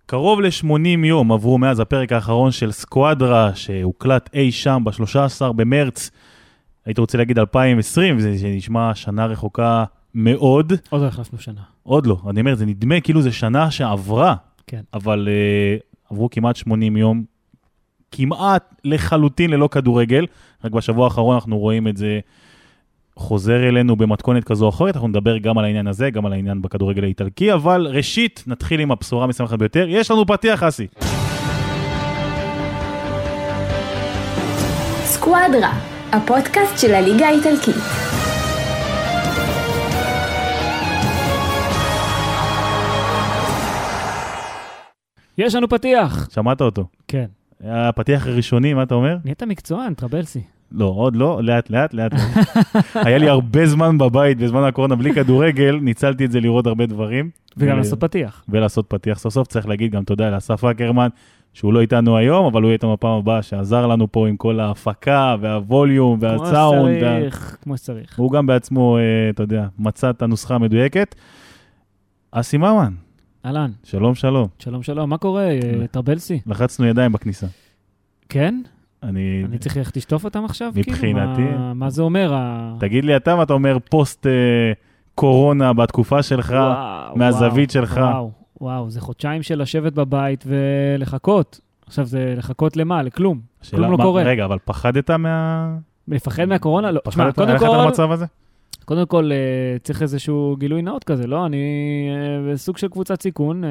קרוב ל-80 יום עברו מאז הפרק האחרון של סקואדרה, שהוקלט אי שם ב-13 במרץ, הייתי רוצה להגיד 2020, זה נשמע שנה רחוקה מאוד. עוד לא החלפנו שנה. עוד לא, אני אומר, זה נדמה כאילו זה שנה שעברה, כן. אבל עברו כמעט 80 יום, כמעט לחלוטין ללא כדורגל, רק בשבוע האחרון אנחנו רואים את זה חוזר אלינו במתכונת כזו או אחרת, אנחנו נדבר גם על העניין הזה, גם על העניין בכדורגל האיטלקי, אבל ראשית נתחיל עם הבשורה משמחת ביותר, יש לנו פתיח אסי. סקואדרה, הפודקאסט של הליגה האיטלקית. יש לנו פתיח. שמעת אותו? כן. הפתיח הראשוני, מה אתה אומר? נהיית מקצוען, טרבלסי. לא, עוד לא, לאט. היה לי הרבה זמן בבית, בזמן הקורונה, בלי כדורגל, ניצלתי את זה לראות הרבה דברים. וגם לעשות פתיח. ולעשות פתיח. סוף סוף צריך להגיד גם תודה לאסף אקרמן, שהוא לא איתנו היום, אבל הוא יהיה איתנו בפעם הבאה, שעזר לנו פה עם כל ההפקה, והווליום, והסאונד. כמו שצריך. הוא גם בעצמו, אתה יודע, מצא את הנוסחה המדויקת. אסי ממן. אהלן. שלום. שלום. מה קורה, טרבלסי? לחצנו ידיים בכניסה. כן? אני צריך איך תשטוף אותם עכשיו? מבחינתי. מה זה אומר? תגיד לי אתה, מה אתה אומר פוסט קורונה בתקופה שלך, מהזווית שלך? וואו, זה חודשיים של לשבת בבית ולחכות. עכשיו זה לחכות למה? לכלום. כלום לא קורה. רגע, אבל פחדת מפחד מהקורונה? לא. פחדת איך אתה במצב הזה? קודם כל, צריך איזשהו גילוי נאות כזה, לא? אני בסוג של קבוצת סיכון,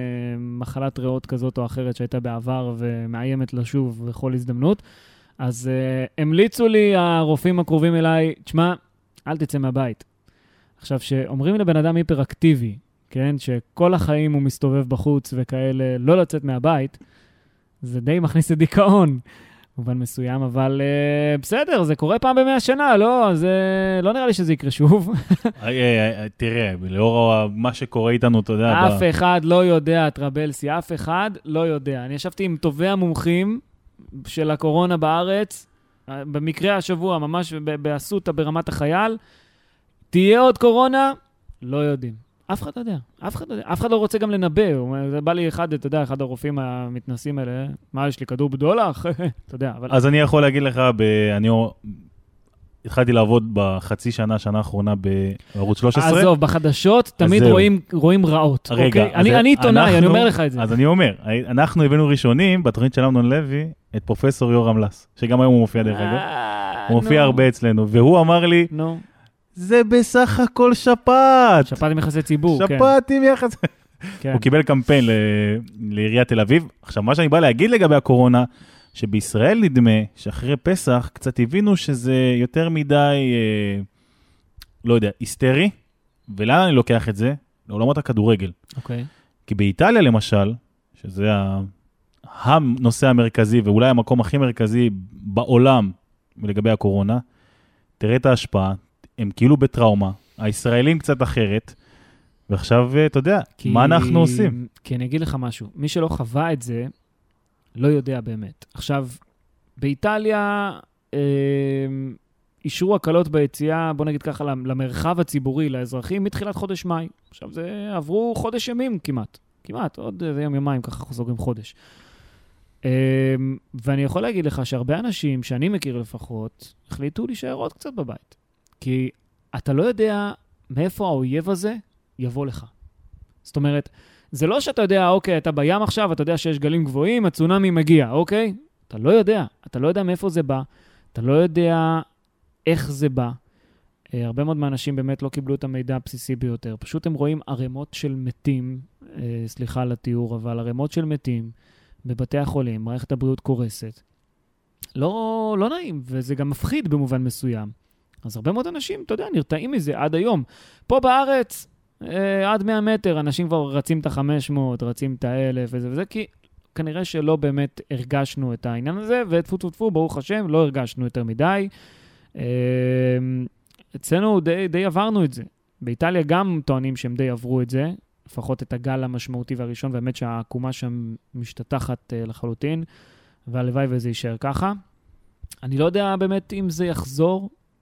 מחלת ריאות כזאת או אחרת שהייתה בעבר ומאיימת לשוב בכל הזדמנות. אז המליצו לי הרופאים הקרובים אליי, תשמע, אל תצא מהבית. עכשיו, שאומרים לבן אדם היפראקטיבי, כן, שכל החיים הוא מסתובב בחוץ וכאלה, לא לצאת מהבית, זה די מכניס לדיכאון. מובן מסוים, אבל בסדר, זה קורה פעם ב100 שנה, לא? זה לא נראה לי שזה יקרה שוב. תראה, לאור מה שקורה איתנו, אתה יודע... אף אחד לא יודע, טרבלסי, אף אחד לא יודע. אני ישבתי עם טובי המומחים של הקורונה בארץ, במקרה השבוע, ממש באסותא ברמת החייל, תהיה עוד קורונה? לא יודעים. אף אחד לא יודע, אף אחד לא רוצה גם לנבא, זה בא לי אחד הרופאים המתנסים האלה, מה, יש לי כדור בדולח? אתה יודע, אבל... אז אני יכול להגיד לך, אני התחלתי לעבוד בחצי שנה האחרונה בערוץ 13. עזוב, בחדשות תמיד רואים רעות, רגע, אני עיתונאי, אני אומר לך את זה. אז אני אומר, אנחנו הבאנו ראשונים, בתוכנית של אמנון לוי, את פרופסור יורם לס, שגם היום הוא מופיע דרך אגב, הוא מופיע הרבה אצלנו, והוא אמר לי, זה בסך הכל שפעת. שפעת עם יחסי ציבור, כן. שפעת עם יחסי... הוא קיבל קמפיין לעיריית תל אביב. עכשיו, מה שאני בא להגיד לגבי הקורונה, שבישראל נדמה שאחרי פסח קצת הבינו שזה יותר מדי, לא יודע, היסטרי, ולאן אני לוקח את זה? לעולמות הכדורגל. אוקיי. כי באיטליה למשל, שזה הנושא המרכזי, ואולי המקום הכי מרכזי בעולם לגבי הקורונה, תראה את ההשפעה, הם כאילו בטראומה, הישראלים קצת אחרת, ועכשיו, אתה יודע, מה אנחנו עושים? כי אני אגיד לך משהו, מי שלא חווה את זה, לא יודע באמת. עכשיו, באיטליה, אישרו הקלות ביציאה, בוא נגיד ככה, למרחב הציבורי, לאזרחים, מתחילת חודש מאי. עכשיו, זה עברו חודש ימים כמעט, עוד ימים ככה חוזרים חודש. ואני יכול להגיד לך שהרבה אנשים, שאני מכיר לפחות, החליטו להישאר עוד קצת בבית. כי אתה לא יודע מאיפה האויב הזה יבוא לך. זאת אומרת, זה לא שאתה יודע, אוקיי, אתה בים עכשיו, אתה יודע שיש גלים גבוהים, הצונמי מגיע, אוקיי? אתה לא יודע מאיפה זה בא, אתה לא יודע איך זה בא. הרבה מאוד מהאנשים באמת לא קיבלו את המידע הבסיסי ביותר. פשוט הם רואים ערימות של מתים, סליחה על התיאור, אבל ערימות של מתים בבתי החולים, מערכת הבריאות קורסת. לא נעים, וזה גם מפחיד במובן מסוים. אז הרבה מאוד אנשים, אתה יודע, נרתעים מזה עד היום. פה בארץ, עד 100 מטר, אנשים כבר רצים את ה-500, רצים את ה-1000 וזה, כי כנראה שלא באמת הרגשנו את העניין הזה, וטפו, ברוך השם, לא הרגשנו יותר מדי. אצלנו די עברנו את זה. באיטליה גם טוענים שהם די עברו את זה, לפחות את הגל המשמעותי והראשון, באמת שהעקומה שם משתתחת לחלוטין, והלוואי וזה יישאר ככה. אני לא יודע באמת אם זה יחזור,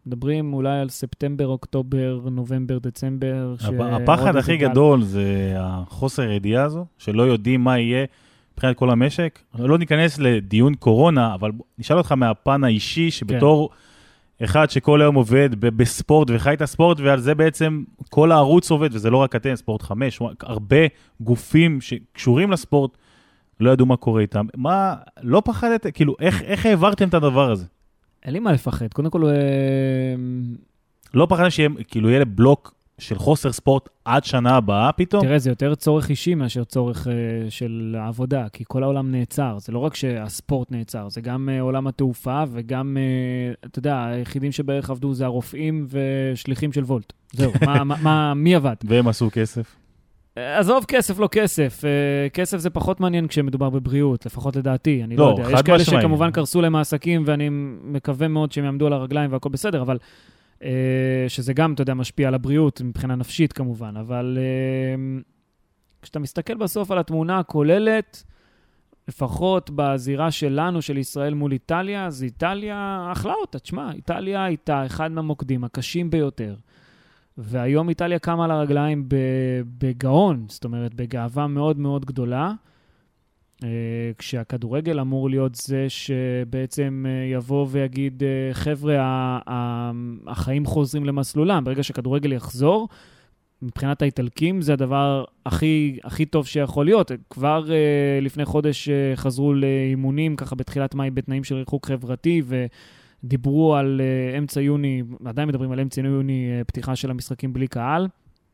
מדברים אולי על ספטמבר, אוקטובר, נובמבר, דצמבר. הפחד הכי גדול זה החוסר הידיעה הזו, שלא יודעים מה יהיה מבחינת כל המשק. לא ניכנס לדיון קורונה, אבל נשאל אותך מהפן האישי, שבתור אחד שכל היום עובד בספורט וחי את הספורט, ועל זה בעצם כל הערוץ עובד, וזה לא רק אתם, ספורט 5, הרבה גופים שקשורים לספורט, לא ידעו מה קורה איתם. מה, לא פחדת, כאילו, איך העברתם את הדבר הזה? אין לי מה לפחד. קודם כל, לא פחדת כאילו יהיה בלוק של חוסר ספורט עד שנה הבאה פתאום? תראה, זה יותר צורך אישי מאשר צורך של העבודה, כי כל העולם נעצר. זה לא רק שהספורט נעצר, זה גם עולם התעופה, וגם, אתה יודע, היחידים שבערך עבדו זה הרופאים ושליחים של וולט. זהו, מי עבד? והם עשו כסף? עזוב כסף, לא כסף. כסף זה פחות מעניין כשמדובר בבריאות, לפחות לדעתי. אני לא יודע. יש כאלה שכמובן קרסו להם העסקים, ואני מקווה מאוד שהם יעמדו על הרגליים והכל בסדר, אבל שזה גם, אתה יודע, משפיע על הבריאות, מבחינה נפשית כמובן. אבל כשאתה מסתכל בסוף על התמונה הכוללת, לפחות בזירה שלנו, של ישראל מול איטליה, אז איטליה אכלה אותה. תשמע, איטליה הייתה אחד מהמוקדים הקשים ביותר. והיום איטליה קמה על הרגליים בגאון, זאת אומרת, בגאווה מאוד מאוד גדולה, כשהכדורגל אמור להיות זה שבעצם יבוא ויגיד, חבר'ה, החיים חוזרים למסלולם. ברגע שכדורגל יחזור, מבחינת האיטלקים זה הדבר הכי טוב שיכול להיות. כבר לפני חודש חזרו לאימונים, ככה בתחילת מאי, בתנאים של ריחוק חברתי, דיברו על אמצע יוני, עדיין מדברים על אמצע יוני, פתיחה של המשחקים בלי קהל.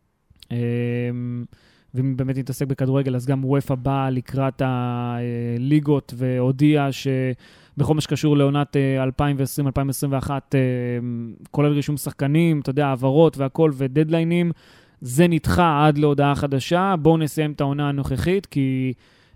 ואם באמת נתעסק בכדורגל, אז גם וופא באה לקראת הליגות, והודיעה שבכל מה שקשור לעונת 2020-2021, כולל רישום שחקנים, אתה יודע, העברות והכל, ודדליינים, זה נדחה עד להודעה חדשה. בואו נסיים את העונה הנוכחית, כי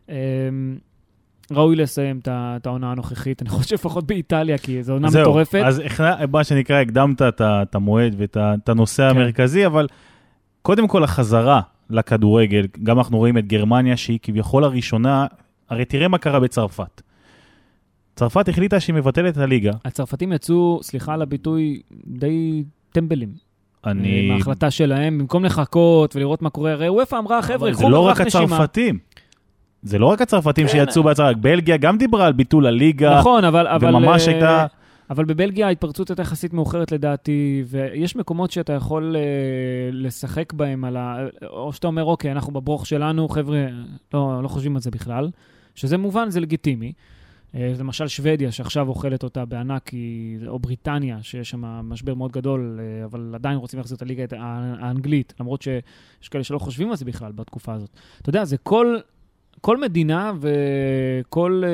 ראוי לסיים את העונה הנוכחית, אני חושב לפחות באיטליה, כי זו עונה מטורפת. אז מה שנקרא, הקדמת את המועד ואת הנושא המרכזי, אבל קודם כל החזרה לכדורגל, גם אנחנו רואים את גרמניה, שהיא כביכול הראשונה, הרי תראה מה קרה בצרפת. צרפת החליטה שהיא מבטלת את הליגה. הצרפתים יצאו, סליחה על הביטוי, די טמבלים. מההחלטה שלהם, במקום לחכות ולראות מה קורה, הרי וופא אמרה, חבר'ה, זה לא רק הצרפתים. זה לא רק הצרפתים שיצאו בהצעה, בלגיה גם דיברה על ביטול הליגה. נכון, וממש הייתה... אבל בבלגיה ההתפרצות הייתה יחסית מאוחרת לדעתי, ויש מקומות שאתה יכול לשחק בהם או שאתה אומר, אוקיי, אנחנו בברוך שלנו, חבר'ה, לא חושבים על זה בכלל, שזה מובן, זה לגיטימי. למשל שוודיה, שעכשיו אוכלת אותה בענק, או בריטניה, שיש שם משבר מאוד גדול, אבל עדיין רוצים להחזיר את הליגה האנגלית, למרות שיש כאלה שלא חושבים על זה בכלל בתקופה הזאת. אתה יודע, זה כל מדינה וכל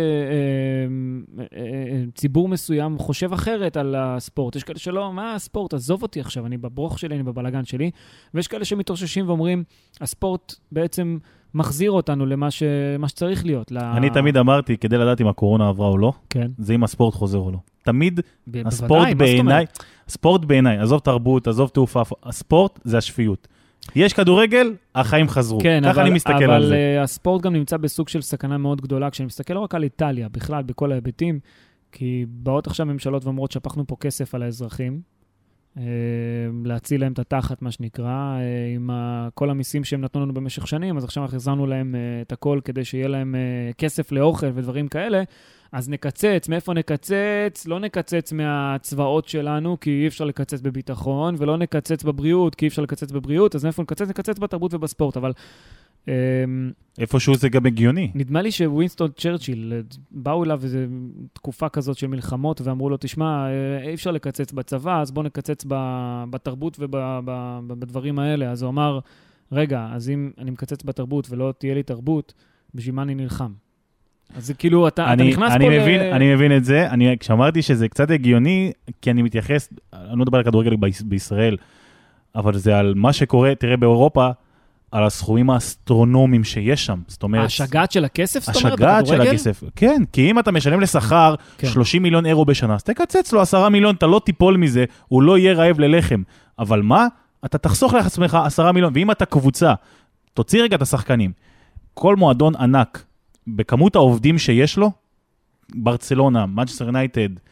ציבור מסוים חושב אחרת על הספורט. יש כאלה שלא, מה הספורט? עזוב אותי עכשיו, אני בברוך שלי, אני בבלגן שלי. ויש כאלה שמתאוששים ואומרים, הספורט בעצם מחזיר אותנו למה שצריך להיות. אני תמיד אמרתי, כדי לדעת אם הקורונה עברה או לא, כן. זה אם הספורט חוזר או לא. תמיד הספורט בעיניי, עזוב תרבות, עזוב תעופה, הספורט זה השפיות. יש כדורגל, החיים חזרו. כן, ככה אני מסתכל על זה. אבל הספורט גם נמצא בסוג של סכנה מאוד גדולה, כשאני מסתכל לא רק על איטליה, בכלל, בכל ההיבטים, כי באות עכשיו ממשלות ואומרות שפכנו פה כסף על האזרחים, להציל להם את התחת, מה שנקרא, עם כל המיסים שהם נתנו לנו במשך שנים, אז עכשיו החזרנו להם את הכל כדי שיהיה להם כסף לאוכל ודברים כאלה, אז נקצץ. מאיפה נקצץ? לא נקצץ מהצבאות שלנו, כי אי אפשר לקצץ בביטחון, ולא נקצץ בבריאות, כי אי אפשר לקצץ בבריאות, אז מאיפה נקצץ? נקצץ בתרבות ובספורט, אבל... איפשהו זה גם הגיוני. נדמה לי שווינסטון צ'רצ'יל, באו אליו איזו תקופה כזאת של מלחמות, ואמרו לו, תשמע, אי אפשר לקצץ בצבא, אז בוא נקצץ בתרבות ובדברים האלה. אז הוא אמר, רגע, אז אם אני מקצץ בתרבות ולא תהיה לי תרבות, בשביל מה אני נלחם? אז זה כאילו, אתה נכנס פה אני מבין את זה. כשאמרתי שזה קצת הגיוני, כי אני מתייחס, אני לא מדבר על כדורגל בישראל, אבל זה על מה שקורה, תראה באירופה, על הסכומים האסטרונומיים שיש שם. זאת אומרת... השגעת של הכסף, זאת אומרת, השגעת של הכסף, כן. כי אם אתה משלם לשכר 30 מיליון אירו בשנה, אז תקצץ לו 10 מיליון, אתה לא תיפול מזה, הוא לא יהיה רעב ללחם. אבל מה? אתה תחסוך לעצמך 10 מיליון, ואם אתה קבוצה, תוציא רגע את השחקנים. כל מועדון ענק, בכמות העובדים שיש לו, ברצלונה, מנצ'סטר יונייטד,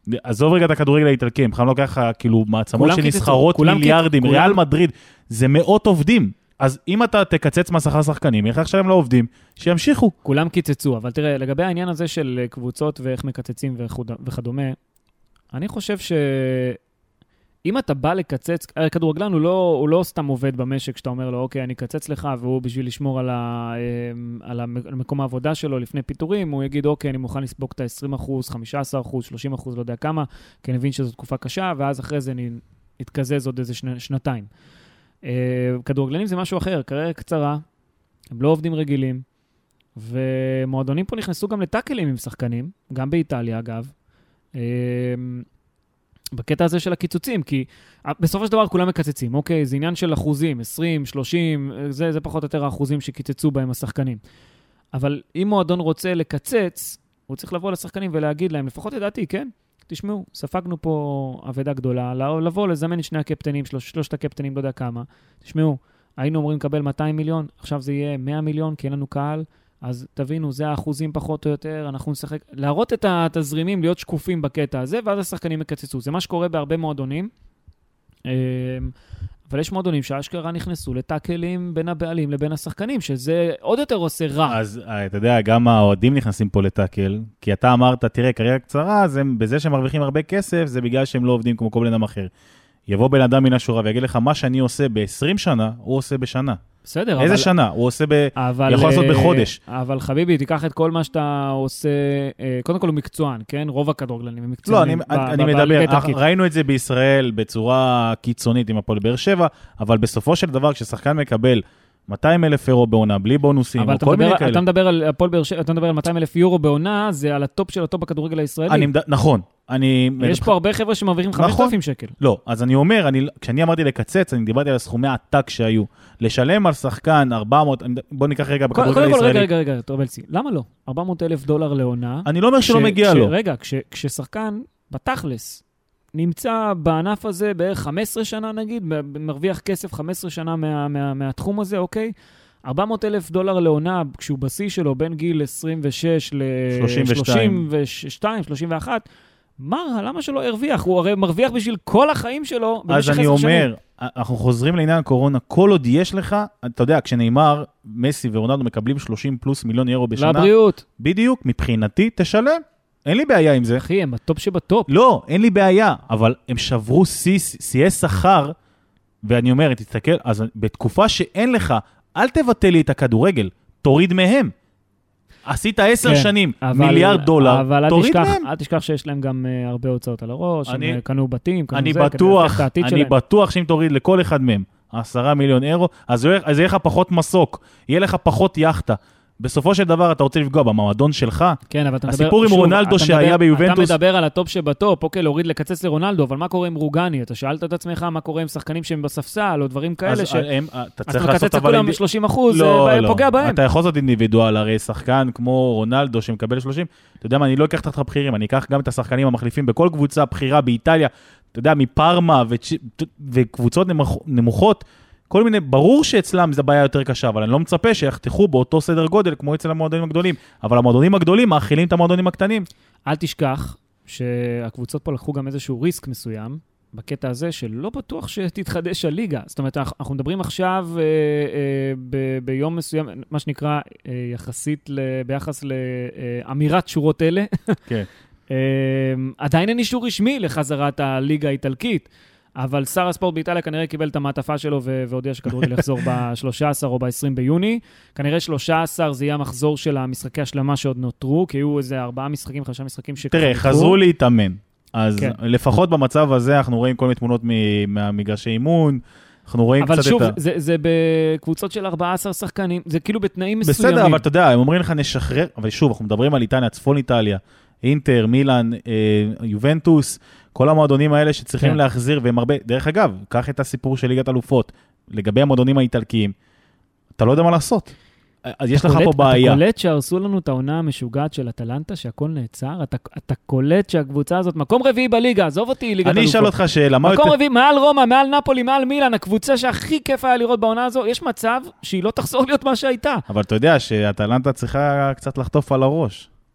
עזוב רגע את הכדורגל האיטלקי, בכלל לא ככה, כאילו, מעצמות שנסחרות מיליארדים, ריאל מדריד, זה מאות עובדים. אז אם אתה תקצץ מהשכר שחקנים, איך עכשיו הם לא עובדים, שימשיכו. כולם קיצצו, אבל תראה, לגבי העניין הזה של קבוצות ואיך מקצצים וכדומה, אני חושב שאם אתה בא לקצץ, כדורגלן הוא לא סתם עובד במשק, שאתה אומר לו, אוקיי, אני אקצץ לך, והוא בשביל לשמור על מקום העבודה שלו לפני פיטורים, הוא יגיד, אוקיי, אני מוכן לספוג את ה-20%, 15%, 30%, לא יודע כמה, כי אני מבין שזו תקופה קשה, ואז אחרי זה אני אתקזז עוד איזה שנתיים. כדורגלנים זה משהו אחר, קריירה קצרה, הם לא עובדים רגילים, ומועדונים פה נכנסו גם לטאקלים עם שחקנים, גם באיטליה אגב, בקטע הזה של הקיצוצים, כי בסופו של דבר כולם מקצצים, אוקיי, זה עניין של אחוזים, 20, 30, זה פחות או יותר האחוזים שקיצצו בהם השחקנים. אבל אם מועדון רוצה לקצץ, הוא צריך לבוא לשחקנים ולהגיד להם, לפחות ידעתי, כן? תשמעו, ספגנו פה עבודה גדולה, לבוא לזמן את שני הקפטנים, שלושת הקפטנים, לא יודע כמה. תשמעו, היינו אומרים לקבל 200 מיליון, עכשיו זה יהיה 100 מיליון, כי אין לנו קהל, אז תבינו, זה האחוזים פחות או יותר, אנחנו נשחק, להראות את התזרימים, להיות שקופים בקטע הזה, ואז השחקנים מקצצו. זה מה שקורה בהרבה מועדונים, אבל יש מועדונים שהאשכרה נכנסו לטאקלים בין הבעלים לבין השחקנים, שזה עוד יותר עושה רע. אז אתה יודע, גם האוהדים נכנסים פה לטאקל, כי אתה אמרת, תראה, קריירה קצרה, בזה שהם מרוויחים הרבה כסף, זה בגלל שהם לא עובדים כמו כל בן אדם אחר. יבוא בן אדם מן השורה ויגיד לך, מה שאני עושה ב-20 שנה, הוא עושה בשנה. בסדר, איזה שנה? הוא עושה יכול לעשות בחודש. אבל חביבי, תיקח את כל מה שאתה עושה, קודם כל הוא מקצוען, כן? רוב הכדורגלנים הם לא, מקצוענים. אני מדבר, ראינו את זה בישראל בצורה קיצונית עם הפועל באר שבע, אבל בסופו של דבר, כששחקן מקבל 200,000 אירו בעונה, בלי בונוסים, או כל מיני כאלה. אתה מדבר על הפועל באר שבע, אתה מדבר על 200,000 יורו בעונה, זה על הטופ של הטופ בכדורגל הישראלי. נכון. יש פה הרבה חבר'ה שמעבירים 5,000 שקל. לא, אז אני אומר, כשאני אמרתי לקצץ, אני דיברתי על הסכומי העתק שהיו. לשלם על שחקן 400, בוא ניקח רגע בכדורגל הישראלי. רגע, טרבלסי, למה לא? $400,000 לעונה. אני לא אומר שלא מגיע לו. רגע, כששחקן בתכלס נמצא בענף הזה בערך 15 שנה נגיד, מרוויח כסף 15 שנה מהתחום הזה, אוקיי? $400,000 לעונה, כשהוא בשיא שלו בין גיל 26 ל-32, 31, למה שלא הרוויח? הוא הרי מרוויח בשביל כל החיים שלו במשך 10 שנים. אז אני אומר, אנחנו חוזרים לעניין הקורונה, כל עוד יש לך, אתה יודע, כשנאמר, מסי ורונלדו מקבלים 30 פלוס מיליון אירו בשנה. לבריאות. בדיוק, מבחינתי, תשלם. אין לי בעיה עם זה. אחי, הם הטופ שבטופ. לא, אין לי בעיה, אבל הם שברו שיאי שכר, ואני אומר, תסתכל, אז בתקופה שאין לך, אל תבטל לי את הכדורגל, תוריד מהם. עשית 10 שנים, $1,000,000,000, תוריד מהם. אל תשכח שיש להם גם הרבה הוצאות על הראש, הם קנו בתים, אני בטוח שאם תוריד לכל אחד מהם 10 מיליון אירו, אז יהיה לך פחות מסוק, יהיה לך פחות יחטה. בסופו של דבר אתה רוצה לפגוע במועדון שלך. כן, אבל אתה מדבר, הסיפור עם רונלדו שהיה ביובנטוס. אתה מדבר על הטופ שבטופ, אוקיי, להוריד לקצץ לרונלדו, אבל מה קורה עם רוגני? אתה שאלת את עצמך מה קורה עם שחקנים שהם בספסל, או דברים כאלה אתה צריך לעשות אבל... אז מקצץ לכולם 30%, פוגע בהם. אתה יכול לעשות אינדיבידואל, הרי שחקן כמו רונלדו שמקבל 30, אתה יודע מה, אני לא אקח את הבכירים, אני אקח גם את השחקנים המחליפים בכל קבוצה בחירה באיטליה, אתה יודע, מפרמה וקבוצות נמוכות, כל מיני, ברור שאצלם זה בעיה יותר קשה, אבל אני לא מצפה שיחתכו באותו סדר גודל כמו אצל המועדונים הגדולים, אבל המועדונים הגדולים מאכילים את המועדונים הקטנים. אל תשכח שהקבוצות פה לקחו גם איזשהו ריסק מסוים, בקטע הזה שלא בטוח שתתחדש הליגה. זאת אומרת, אנחנו מדברים עכשיו ביום מסוים, מה שנקרא ביחס לאמירת שורות אלה. כן. עדיין אין אישור רשמי לחזרת הליגה האיטלקית. אבל שר הספורט באיטליה כנראה קיבל את המעטפה שלו והודיע שכדורגל יחזור ב-13 או ב-20 ביוני. כנראה 13 זה יהיה המחזור של המשחקי השלמה שעוד נותרו, כי היו איזה 4 משחקים, 5 משחקים שכבר... תראה, חזרו להתאמן. אז כן. לפחות במצב הזה אנחנו רואים כל מיני תמונות מהמגרשי אימון, אנחנו רואים קצת את ה... אבל שוב, זה בקבוצות של 14 שחקנים, זה כאילו בתנאים מסוימים. בסדר, אבל אתה יודע, הם אומרים לך נשחרר, אבל שוב, אנחנו מדברים על איטליה, צפון איטליה, אינטר, מילאן, יובנטוס, כל המועדונים האלה שצריכים להחזיר, והם הרבה, דרך אגב, קח את הסיפור של ליגת אלופות, לגבי המועדונים האיטלקיים, אתה לא יודע מה לעשות. אז יש לך פה בעיה. אתה קולט שהרסו לנו את העונה המשוגעת של אטלנטה, שהכל נעצר? אתה קולט שהקבוצה הזאת, מקום רביעי בליגה, עזוב אותי ליגת אלופות. אני אשאל אותך שאלה. מקום רביעי, מעל רומא, מעל נפולי, מעל מילאן, הקבוצה שהכי כיף היה לראות בעונה הזו, יש מצב שהיא לא תחזור להיות מה שהייתה. אבל אתה יודע שאטלנטה צריכה קצת לחטוף על הראש.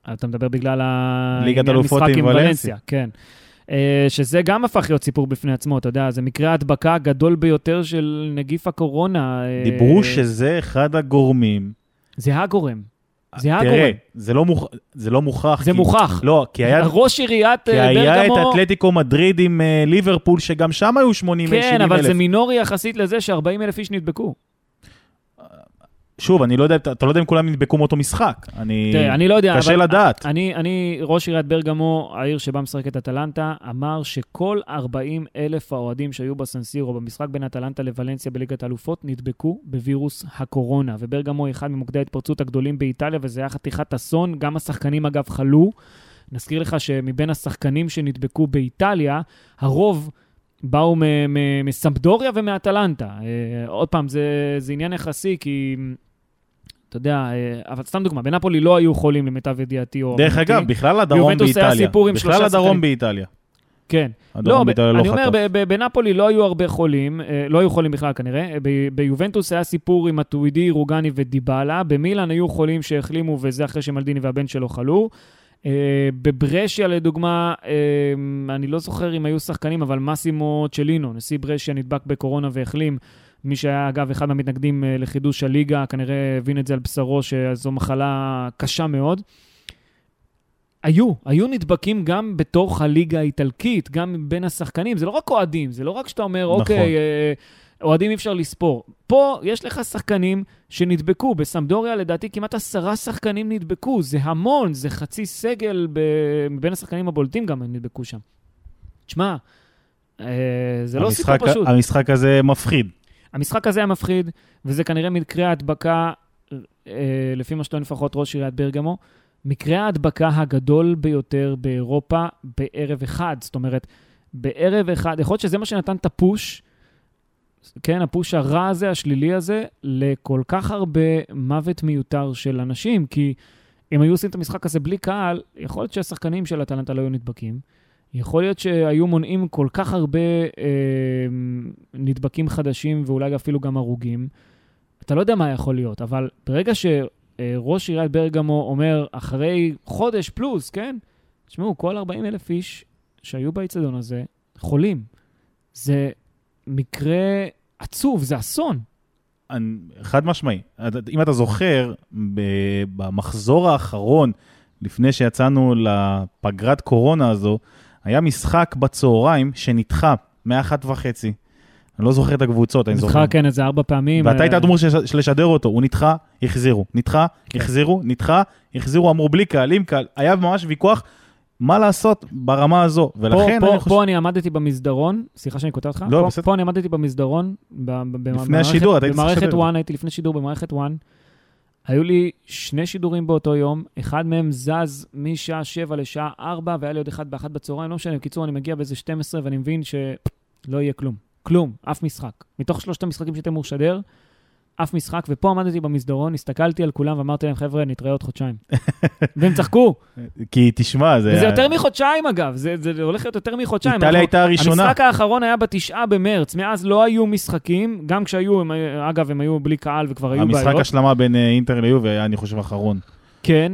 אתה מדבר בגלל ליגת אלופות עם ולנסיה. כן. שזה גם הפך להיות סיפור בפני עצמו, אתה יודע, זה מקרה ההדבקה הגדול ביותר של נגיף הקורונה. דיברו שזה אחד הגורמים. זה הגורם. תראה, זה לא מוכח. זה מוכח. לא, כי היה... ראש עיריית ברגמו... כי היה את ברגמו... אתלטיקו מדריד עם ליברפול, שגם שם היו 80,000. כן, אבל זה מינורי יחסית לזה ש40,000 איש נדבקו. שוב, אני לא יודע, אתה לא יודע אם כולם נדבקו מאותו משחק. אני לא יודע. קשה לדעת. אני, ראש עיריית ברגמו, העיר שבה משחקת אטלנטה, אמר שכל 40,000 האוהדים שהיו בסנסירו, במשחק בין אטלנטה לוולנסיה בליגת האלופות, נדבקו בווירוס הקורונה. וברגמו היא אחד ממוקדי ההתפרצות הגדולים באיטליה, וזה היה חתיכת אסון. גם השחקנים אגב חלו. נזכיר לך שמבין השחקנים שנדבקו באיטליה, הרוב באו מסמפדוריה ומאטלנטה. עוד פעם, זה עניין יחסי, כי אתה יודע, אבל סתם דוגמה, בנפולי לא היו חולים למיטב ידיעתי. דרך אגב, בכלל הדרום באיטליה. בכלל הדרום באיטליה. כן. לא, אני אומר, בנפולי לא היו הרבה חולים, לא היו חולים בכלל כנראה. ביובנטוס היה סיפור עם מטואידי, רוגני ודיבאלה. במילאן היו חולים שהחלימו, וזה אחרי שמלדיני והבן שלו חלו. בברשיה לדוגמה, אני לא זוכר אם היו שחקנים, אבל מסימו צ'לינו, נשיא ברשיה, נדבק בקורונה והחלים. מי שהיה אגב אחד מהמתנגדים לחידוש הליגה, כנראה הבין את זה על בשרו שזו מחלה קשה מאוד. היו נדבקים גם בתוך הליגה האיטלקית, גם בין השחקנים. זה לא רק אוהדים, זה לא רק שאתה אומר, נכון. אוקיי, אוהדים אי אפשר לספור. פה יש לך שחקנים שנדבקו, בסמפדוריה לדעתי כמעט 10 שחקנים נדבקו, זה המון, זה חצי סגל בין השחקנים הבולטים גם נדבקו שם. תשמע, זה לא סיפור פשוט. המשחק הזה מפחיד. המשחק הזה היה מפחיד, וזה כנראה מקרה ההדבקה, לפי מה שאתה לפחות ראש עיריית ברגמו, מקרה ההדבקה הגדול ביותר באירופה בערב אחד. זאת אומרת, בערב אחד, יכול להיות שזה מה שנתן את הפוש, כן, הפוש הרע הזה, השלילי הזה, לכל כך הרבה מוות מיותר של אנשים, כי אם היו עושים את המשחק הזה בלי קהל, יכול להיות שהשחקנים של אטלנטה לא היו נדבקים, יכול להיות שהיו מונעים כל כך הרבה נדבקים חדשים, ואולי אפילו גם הרוגים. אתה לא יודע מה יכול להיות, אבל ברגע שראש עיריית ברגמו אומר, אחרי חודש פלוס, כן? תשמעו, כל 40,000 איש שהיו באצטדיון הזה, חולים. זה מקרה עצוב, זה אסון. חד משמעי. אם אתה זוכר, במחזור האחרון, לפני שיצאנו לפגרת קורונה הזו, היה משחק בצהריים שנדחה מ-1:30. אני לא זוכר את הקבוצות, אני זוכר. נדחה, כן, איזה 4 פעמים. ואתה היית אמור לשדר אותו, הוא נדחה, החזירו. נדחה, החזירו, נדחה, החזירו, אמרו בלי קהל, עם קהל. היה ממש ויכוח מה לעשות ברמה הזו, ולכן פה אני עמדתי במסדרון, סליחה שאני כותב אותך, פה אני עמדתי במסדרון, לפני השידור, במערכת 1, הייתי לפני שידור במערכת 1, היו לי 2 שידורים באותו יום, אחד מהם זז משעה 7 לשעה 4, והיה לי עוד אחד ב1 בצהריים, לא משנה, בקיצור אני מגיע באיזה 12, ואני מבין שלא יהיה כלום, אף משחק. מתוך 3 המשחקים שאתם מורשדר, אף משחק, ופה עמדתי במסדרון, הסתכלתי על כולם ואמרתי להם, חבר'ה, נתראה עוד חודשיים. והם צחקו. כי תשמע, וזה יותר מחודשיים אגב, זה הולך להיות יותר מחודשיים. איטליה הייתה הראשונה. המשחק האחרון היה ב9 במרץ, מאז לא היו משחקים, גם כשהיו, אגב, הם היו בלי קהל וכבר היו בעיות. המשחק השלמה בין אינטר ליוב היה, אני חושב, האחרון. כן,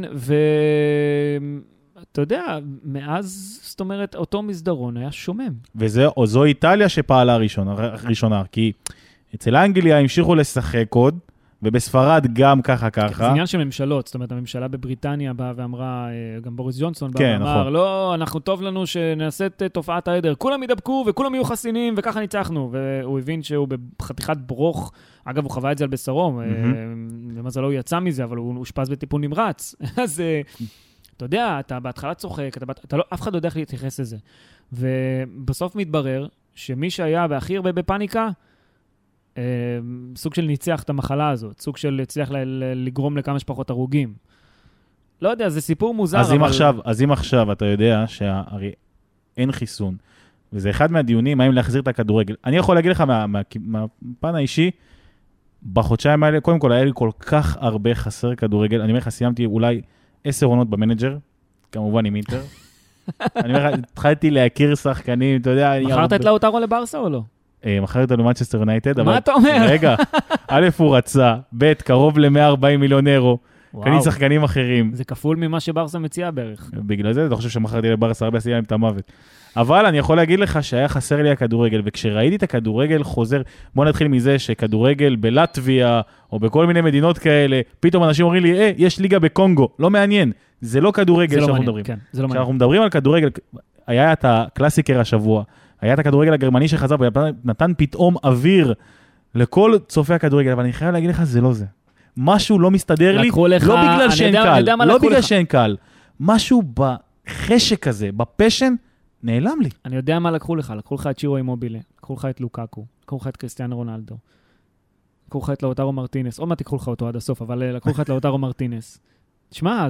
אתה יודע, מאז, זאת אומרת, אותו מסדרון היה שומם. וזו איטליה שפעלה ראשונה, כי אצל אנגליה המשיכו לשחק עוד, ובספרד גם ככה. זה עניין של ממשלות, זאת אומרת, הממשלה בבריטניה באה ואמרה, גם בוריס ג'ונסון בא ואמר, נכון. לא, אנחנו טוב לנו שנעשה את תופעת העדר, כולם ידבקו וכולם יהיו חסינים, וככה ניצחנו, והוא הבין שהוא בחתיכת ברוך, אגב, הוא חווה את זה על בשרו, למזלו הוא יצא מזה, אבל הוא אושפז בטיפול נמרץ, אז אתה יודע, אתה בהתחלה צוחק, אף אחד לא יודע איך להתייחס לזה, ובסוף מתברר שמי שהיה בהכי הרבה בפאניקה, סוג של ניצח את המחלה הזאת, סוג של הצליח לגרום לכמה שפחות הרוגים. לא יודע, זה סיפור מוזר. אז אם עכשיו אתה יודע שהרי אין חיסון, וזה אחד מהדיונים, האם להחזיר את הכדורגל. אני יכול להגיד לך מהפן האישי, בחודשיים האלה, קודם כל היה לי כל כך הרבה חסר כדורגל, אני אומר לך, סיימתי אולי 10 עונות במנג'ר, כמובן עם אינטר. אני אומר לך, התחלתי להכיר שחקנים, אתה יודע... מכרת את לאוטרו לברסה או לא? מחר את מנצ'סטר יונייטד. מה אתה אומר? רגע, א' הוא רצה, ב' קרוב ל-140 מיליון אירו. קניתי שחקנים אחרים. זה כפול ממה שברסה מציעה בערך. בגלל זה, אתה חושב שמכרתי לברסה הרבה עשייה עם את המוות. אבל אני יכול להגיד לך שהיה חסר לי הכדורגל, וכשראיתי את הכדורגל חוזר, בוא נתחיל מזה שכדורגל בלטביה, או בכל מיני מדינות כאלה, פתאום אנשים אומרים לי, יש ליגה בקונגו, לא מעניין, זה לא כדורגל שאנחנו מדברים. כשאנחנו מדברים על כדורגל, היה את הקלאסיקר השבוע, היה את הכדורגל הגרמני שחזר, ונתן פתאום אוויר לכל צופי הכדורגל, אבל אני חייב להגיד לך, זה לא זה. משהו לא מסתדר לי, לא בגלל שאין קל, לא בגלל שאין קל. משהו בחשק הזה, בפשן, נעלם לי. אני יודע מה לקחו לך את צ'ירו אימובילה, לקחו לך את לוקאקו, לקחו לך את קריסטיאנו רונלדו, לקחו לך את לאוטרו מרטינס, עוד מעט תיקחו לך אותו עד הסוף, אבל לקחו לך את לאוטרו מרטינס. תשמע,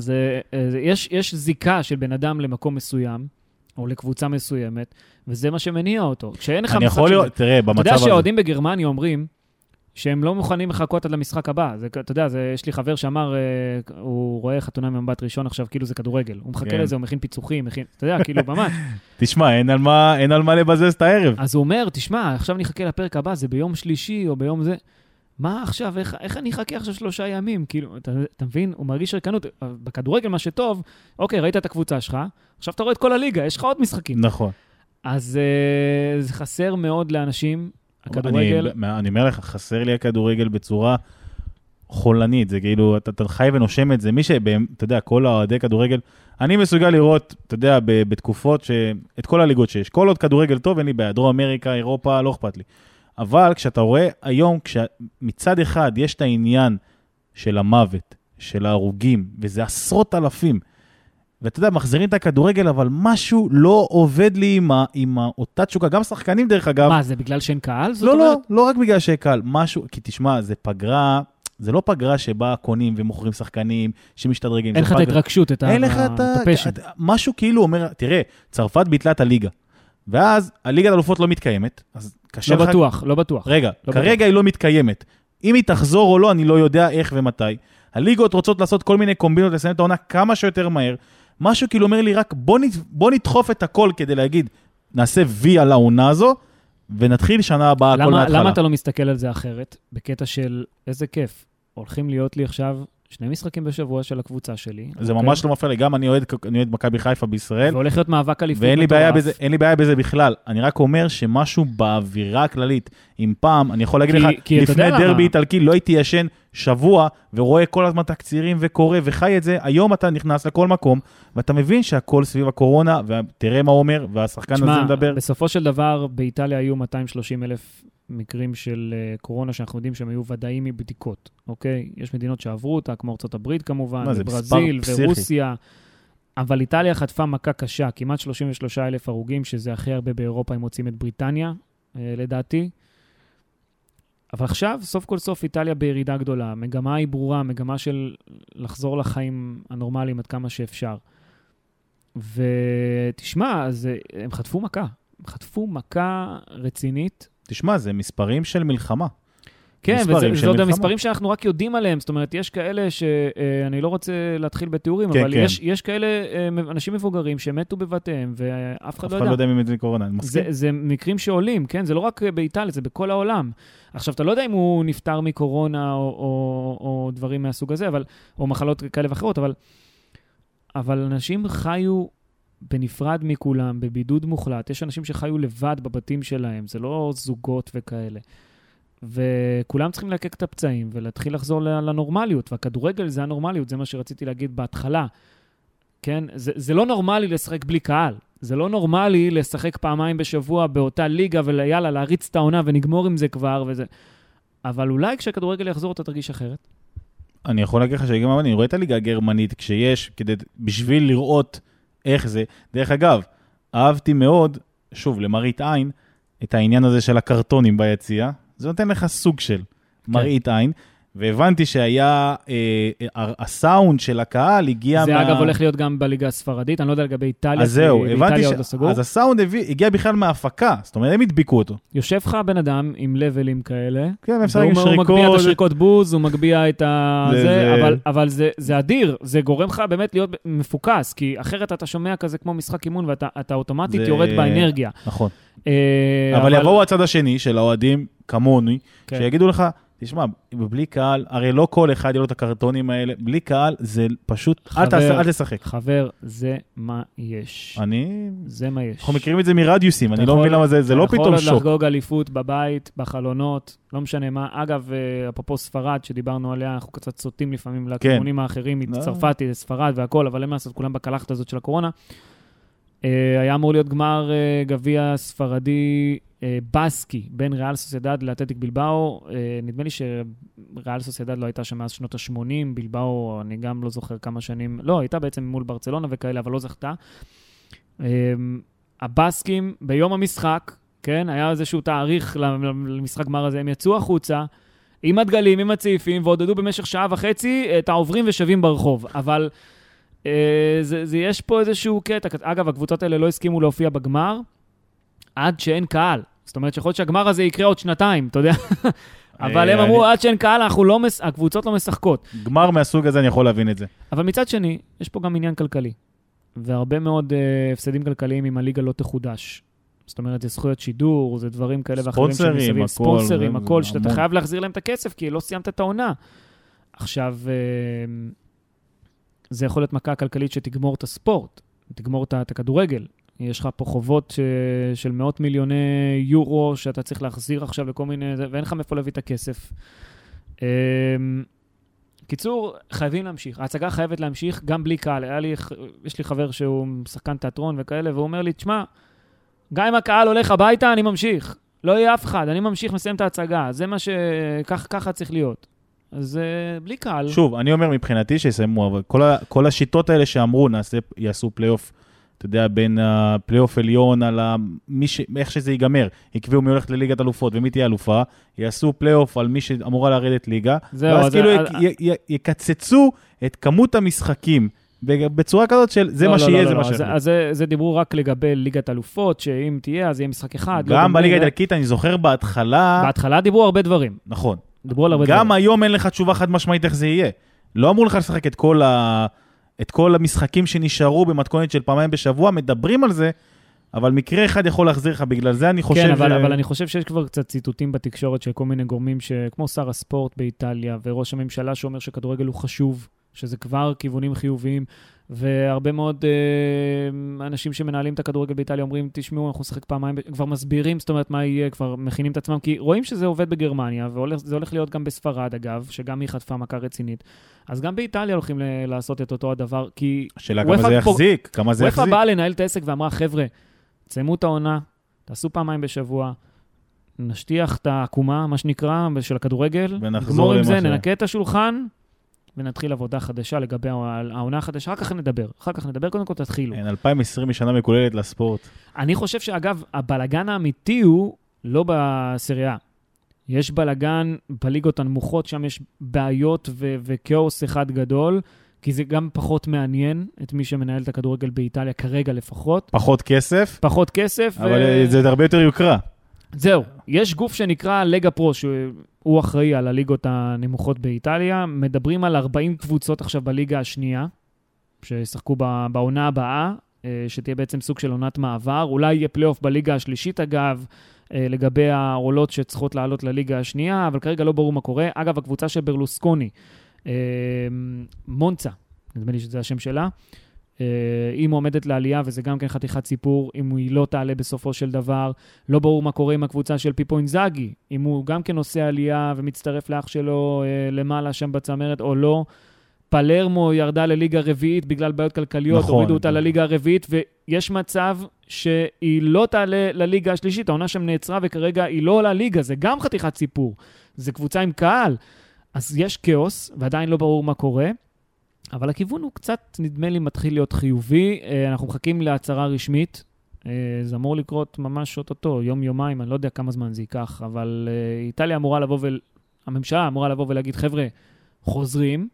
יש זיקה של בן אדם למקום מסוים, או לקבוצה מסוימת, וזה מה שמניע אותו. כשאין לך משחק שלה, תראה, במצב הזה. אתה יודע שהאוהדים בגרמניה אומרים, שהם לא מוכנים לחכות עד למשחק הבא. אתה יודע, יש לי חבר שאמר, הוא רואה חתונה ממבט ראשון עכשיו, כאילו זה כדורגל. הוא מחכה לזה, הוא מכין פיצוחים, אתה יודע, כאילו ממש. תשמע, אין על מה לבזז את הערב. אז הוא אומר, תשמע, עכשיו נחכה לפרק הבא, זה ביום שלישי או ביום זה. מה עכשיו, איך אני אחכה עכשיו 3 ימים? כאילו, אתה מבין? הוא מרגיש ריקנות. בכדורגל מה שטוב, אוקיי, ראית את הקבוצה שלך, עכשיו אתה רואה את כל הליגה, יש לך עוד משחקים. נכון. אז זה חסר מאוד לאנשים. הכדורגל... אני אומר לך, חסר לי הכדורגל בצורה חולנית, זה כאילו, אתה חי ונושם את זה, מי אתה יודע, כל האוהדי כדורגל, אני מסוגל לראות, אתה יודע, בתקופות את כל הליגות שיש, כל עוד כדורגל טוב, אין לי בעיה, דרום אמריקה, אירופה, לא אכפת לי. אבל כשאתה רואה היום, מצד אחד יש את העניין של המוות, של ההרוגים, וזה 10,000, ואתה יודע, מחזירים את הכדורגל, אבל משהו לא עובד לי עם אותה תשוקה, גם שחקנים דרך אגב. מה, זה בגלל שאין קהל? לא רק בגלל שאין קהל, משהו, כי תשמע, זה פגרה, זה לא פגרה שבה קונים ומוכרים שחקנים, שמשתדרגים. אין לך את ההתרגשות, את הפשן. משהו כאילו אומר, תראה, צרפת ביטלה את הליגה, ואז הליגת האלופות לא מתקיימת, אז קשה לך... לא בטוח. רגע, כרגע היא לא מתקיימת. אם היא תחזור או לא, אני לא יודע איך ומתי. הליגות רוצות לעשות כל מיני קומבינות, לסיים את העונה כמה שיותר מהר. משהו כאילו אומר לי רק, בוא נדחוף את הכל כדי להגיד, נעשה וי על העונה הזו, ונתחיל שנה הבאה הכל מההתחלה. למה אתה לא מסתכל על זה אחרת? בקטע של איזה כיף. הולכים להיות לי עכשיו 2 משחקים בשבוע של הקבוצה שלי. זה ממש לא מפריע לי. גם אני אוהד מכבי חיפה בישראל. והולך להיות מאבק אליפות מטורף. ואין לי בעיה בזה בכלל. אני רק אומר שמשהו באווירה הכללית, אם פעם, אני יכול להגיד לך, לפני דרבי איטלקי, לא הייתי ישן שבוע, ורואה כל הזמן תקצירים וקורא וחי את זה. היום אתה נכנס לכל מקום, ואתה מבין שהכל סביב הקורונה, ותראה מה הוא אומר, והשחקן הזה מדבר. בסופו של דבר, באיטליה היו 230,000 מקרים של קורונה שאנחנו יודעים שהם היו ודאיים מבדיקות, אוקיי? יש מדינות שעברו אותה, כמו ארצות הברית כמובן, ברזיל ורוסיה, אבל איטליה חטפה מכה קשה, כמעט 33,000 הרוגים, שזה הכי הרבה באירופה, הם מוצאים את בריטניה, לדעתי. אבל עכשיו, סוף כל סוף, איטליה בירידה גדולה. מגמה היא ברורה, מגמה של לחזור לחיים הנורמליים עד כמה שאפשר. ותשמע, אז הם חטפו מכה. הם חטפו מכה רצינית. תשמע, זה מספרים של מלחמה. כן, וזה עוד המספרים שאנחנו רק יודעים עליהם. זאת אומרת, יש כאלה שאני לא רוצה להתחיל בתיאורים, אבל יש כאלה אנשים מבוגרים שמתו בבתיהם, ואף אחד לא יודע. אף אחד לא יודע ממדין קורונה, אני מסכים. זה מקרים שעולים, כן? זה לא רק באיטליה, זה בכל העולם. עכשיו, אתה לא יודע אם הוא נפטר מקורונה או דברים מהסוג הזה, או מחלות כאלה ואחרות, אבל אנשים חיו בנפרד מכולם, בבידוד מוחלט. יש אנשים שחיו לבד בבתים שלהם, זה לא זוגות וכאלה. וכולם צריכים להקק את הפצעים ולהתחיל לחזור לנורמליות, והכדורגל זה הנורמליות, זה מה שרציתי להגיד בהתחלה. כן? זה לא נורמלי לשחק בלי קהל. זה לא נורמלי לשחק פעמיים בשבוע באותה ליגה ויאללה, להריץ את העונה ונגמור עם זה כבר וזה. אבל אולי כשהכדורגל יחזור אתה תרגיש אחרת. אני יכול להגיד לך שגם אני רואה את הליגה הגרמנית כשיש, בשביל לראות איך זה. דרך אגב, אהבתי מאוד, שוב, למראית עין, את העניין הזה של הקרטונים ביציאה. זה נותן לך סוג של מראית עין, והבנתי שהיה, הסאונד של הקהל הגיע זה אגב הולך להיות גם בליגה הספרדית, אני לא יודע לגבי איטליה, אז זהו, הבנתי אז הסאונד הגיע בכלל מההפקה, זאת אומרת, הם הדביקו אותו. יושב לך בן אדם עם לבלים כאלה, כן, הוא מגביע את השריקות בוז, הוא מגביע את זה, אבל זה אדיר, זה גורם לך באמת להיות מפוקס, כי אחרת אתה שומע כזה כמו משחק אימון, ואתה אוטומטית יורד באנרגיה. נכון. אבל יבואו הצד השני של האוהדים כמוני, שיגידו לך, תשמע, בלי קהל, הרי לא כל אחד יהיה לו את הקרטונים האלה, בלי קהל זה פשוט, אל תשחק. חבר, זה מה יש. זה מה יש. אנחנו מכירים את זה מרדיוסים, אני לא מבין למה זה לא פתאום אתה שוק. יכול לחגוג אליפות בבית, בחלונות, לא משנה מה. אגב, אפרופו ספרד, שדיברנו עליה, אנחנו קצת סוטים לפעמים לכיוונים האחרים, מצרפתי לספרד והכל, אבל אין מה לעשות, כולם בקלחת הזאת של הקורונה. היה אמור להיות גמר גביע ספרדי בסקי, בין ריאל סוסיידד לאתלטיק בלבאו. נדמה לי שריאל סוסיידד לא הייתה שם מאז שנות ה-80, בלבאו, אני גם לא זוכר כמה שנים, לא, הייתה בעצם מול ברצלונה וכאלה, אבל לא זכתה. הבסקים, ביום המשחק, כן, היה איזשהו תאריך למשחק גמר הזה, הם יצאו החוצה, עם הדגלים, עם הצעיפים, ועודדו במשך שעה וחצי את העוברים ושבים ברחוב, אבל יש פה איזשהו קטע. אגב, הקבוצות האלה לא הסכימו להופיע בגמר, עד שאין קהל. זאת אומרת, שיכול להיות שהגמר הזה יקרה עוד שנתיים, אתה יודע? אבל הם אמרו, עד שאין קהל, הקבוצות לא משחקות. גמר מהסוג הזה, אני יכול להבין את זה. אבל מצד שני, יש פה גם עניין כלכלי. והרבה מאוד הפסדים כלכליים אם הליגה לא תחודש. זאת אומרת, זה זכויות שידור, זה דברים כאלה ואחרים שמסביב. ספונסרים, הכל, שאתה חייב להחזיר להם את הכסף, כי לא סיימת את העונה. עכשיו, זה יכול להיות מכה כלכלית שתגמור את הספורט, תגמור את הכדורגל. יש לך פה חובות של מאות מיליוני יורו שאתה צריך להחזיר עכשיו לכל מיני, ואין לך מאיפה להביא את הכסף. קיצור, חייבים להמשיך. ההצגה חייבת להמשיך גם בלי קהל. יש לי חבר שהוא שחקן תיאטרון וכאלה, והוא אומר לי, תשמע, גם אם הקהל הולך הביתה, אני ממשיך. לא יהיה אף אחד, אני ממשיך, מסיים את ההצגה. זה מה שככה צריך להיות. אז בלי קהל. שוב, אני אומר מבחינתי שיסיימו, אבל כל השיטות האלה שאמרו, יעשו פלייאוף, אתה יודע, בין הפלייאוף עליון על איך שזה ייגמר. יקבעו מי הולכת לליגת אלופות ומי תהיה אלופה, יעשו פלייאוף על מי שאמורה לרדת ליגה, ואז כאילו יקצצו את כמות המשחקים, בצורה כזאת של זה מה שיהיה, זה מה שיהיה. אז זה דיברו רק לגבי ליגת אלופות, שאם תהיה, אז יהיה משחק אחד. גם בליגה האיטלקית, אני זוכר בהתחלה... בהתחלה דיברו הרבה דברים. נכון. גם היום אין לך תשובה חד משמעית איך זה יהיה. לא אמרו לך לשחק את כל המשחקים שנשארו במתכונת של פעמיים בשבוע, מדברים על זה, אבל מקרה אחד יכול להחזיר לך, בגלל זה אני חושב... כן, אבל אני חושב שיש כבר קצת ציטוטים בתקשורת של כל מיני גורמים, כמו שר הספורט באיטליה, וראש הממשלה שאומר שכדורגל הוא חשוב, שזה כבר כיוונים חיוביים, והרבה מאוד אנשים שמנהלים את הכדורגל באיטליה אומרים, תשמעו, אנחנו נשחק פעמיים, כבר מסבירים, זאת אומרת, מה יהיה, כבר מכינים את עצמם, כי רואים שזה עובד בגרמניה, וזה הולך להיות גם בספרד, אגב, שגם היא חטפה מכה רצינית. אז גם באיטליה הולכים לעשות את אותו הדבר, כי... השאלה כמה זה יחזיק, כמה זה יחזיק. וופא באה לנהל את העסק ואמרה, חבר'ה, תסיימו את העונה, תעשו פעמיים בשבוע, נשטיח את העקומה, מה שנקרא, של הכדורגל, נגמור עם זה, ננקה את השולחן, ונתחיל עבודה חדשה לגבי העונה החדשה, אחר כך נדבר, קודם כל תתחילו. 2020 שנה מקוללת לספורט. אני חושב שאגב, הבלגן האמיתי הוא לא בסריה. יש בלגן בליגות הנמוכות, שם יש בעיות וכאוס אחד גדול, כי זה גם פחות מעניין את מי שמנהל את הכדורגל באיטליה, כרגע לפחות. פחות כסף. אבל זה הרבה יותר יוקרה. זהו, יש גוף שנקרא ליגה פרו, שהוא אחראי על הליגות הנמוכות באיטליה, מדברים על 40 קבוצות עכשיו בליגה השנייה, שישחקו בעונה הבאה, שתהיה בעצם סוג של עונת מעבר, אולי יהיה פלייאוף בליגה השלישית אגב, לגבי העולות שצריכות לעלות לליגה השנייה, אבל כרגע לא ברור מה קורה. אגב, הקבוצה של ברלוסקוני, מונצה, נדמה לי שזה השם שלה, היא מועמדת לעלייה, וזה גם כן חתיכת סיפור, אם היא לא תעלה בסופו של דבר, לא ברור מה קורה עם הקבוצה של פיפו אינזאגי, אם הוא גם כן עושה עלייה ומצטרף לאח שלו למעלה שם בצמרת או לא. פלרמו ירדה לליגה רביעית בגלל בעיות כלכליות, נכון, הורידו אותה לליגה הרביעית, ויש מצב שהיא לא תעלה לליגה השלישית, העונה שם נעצרה וכרגע היא לא עולה ליגה, זה גם חתיכת סיפור, זה קבוצה עם קהל, אז יש כאוס ועדיין לא ברור מה קורה, אבל הכיוון הוא קצת, נדמה לי, מתחיל להיות חיובי. אנחנו מחכים להצהרה רשמית. זה אמור לקרות ממש אותו, יום-יומיים, אני לא יודע כמה זמן זה ייקח, אבל איטליה אמורה לבוא הממשלה אמורה לבוא ולהגיד, חבר'ה, חוזרים.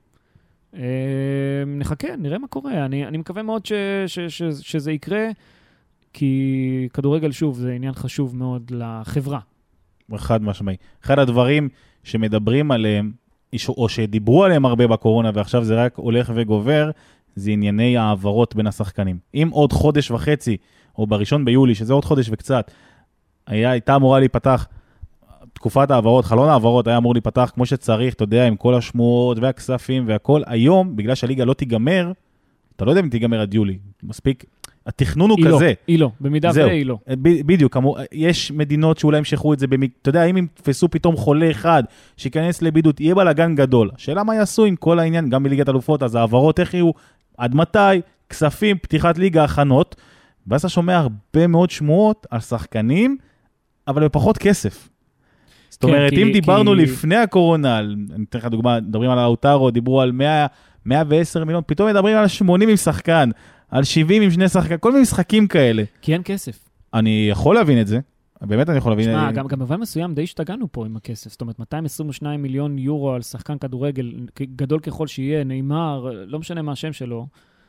נחכה, נראה מה קורה. אני מקווה מאוד שזה יקרה, כי כדורגל, שוב, זה עניין חשוב מאוד לחברה. חד משמעי. אחד הדברים שמדברים עליהם, או שדיברו עליהם הרבה בקורונה, ועכשיו זה רק הולך וגובר, זה ענייני העברות בין השחקנים. אם עוד חודש וחצי, או בראשון ביולי, שזה עוד חודש וקצת, הייתה אמורה להיפתח תקופת העברות, חלון העברות היה אמור להיפתח כמו שצריך, אתה יודע, עם כל השמועות והכספים והכל. היום, בגלל שהליגה לא תיגמר, אתה לא יודע אם תיגמר עד יולי. מספיק, התכנון הוא כזה. היא לא, במידה והיא לא. בדיוק, יש מדינות שאולי המשכו את זה, אתה יודע, אם יתפסו פתאום חולה אחד, שיכנס לבידוד, יהיה בלגן גדול. השאלה מה יעשו עם כל העניין, גם בליגת אלופות, אז העברות איך יהיו, עד מתי, כספים, פתיחת ליגה, הכנות, ואז אתה שומע הרבה מאוד שמועות על שחקנים, אבל בפחות כסף. זאת אומרת, אם דיברנו לפני הקורונה, אני אתן לך דוגמה, מדברים על האוטרו, דיברו על 110 מיליון, פתאום מדברים על 80 עם שחקן, על 70 עם שני שחקן, כל מיני משחקים כאלה. כי אין כסף. אני יכול להבין את זה, באמת אני יכול להבין את זה. גם במובן מסוים די השתגענו פה עם הכסף, זאת אומרת, 222 מיליון יורו על שחקן כדורגל, גדול ככל שיהיה, נאמר, לא משנה מה השם שלו,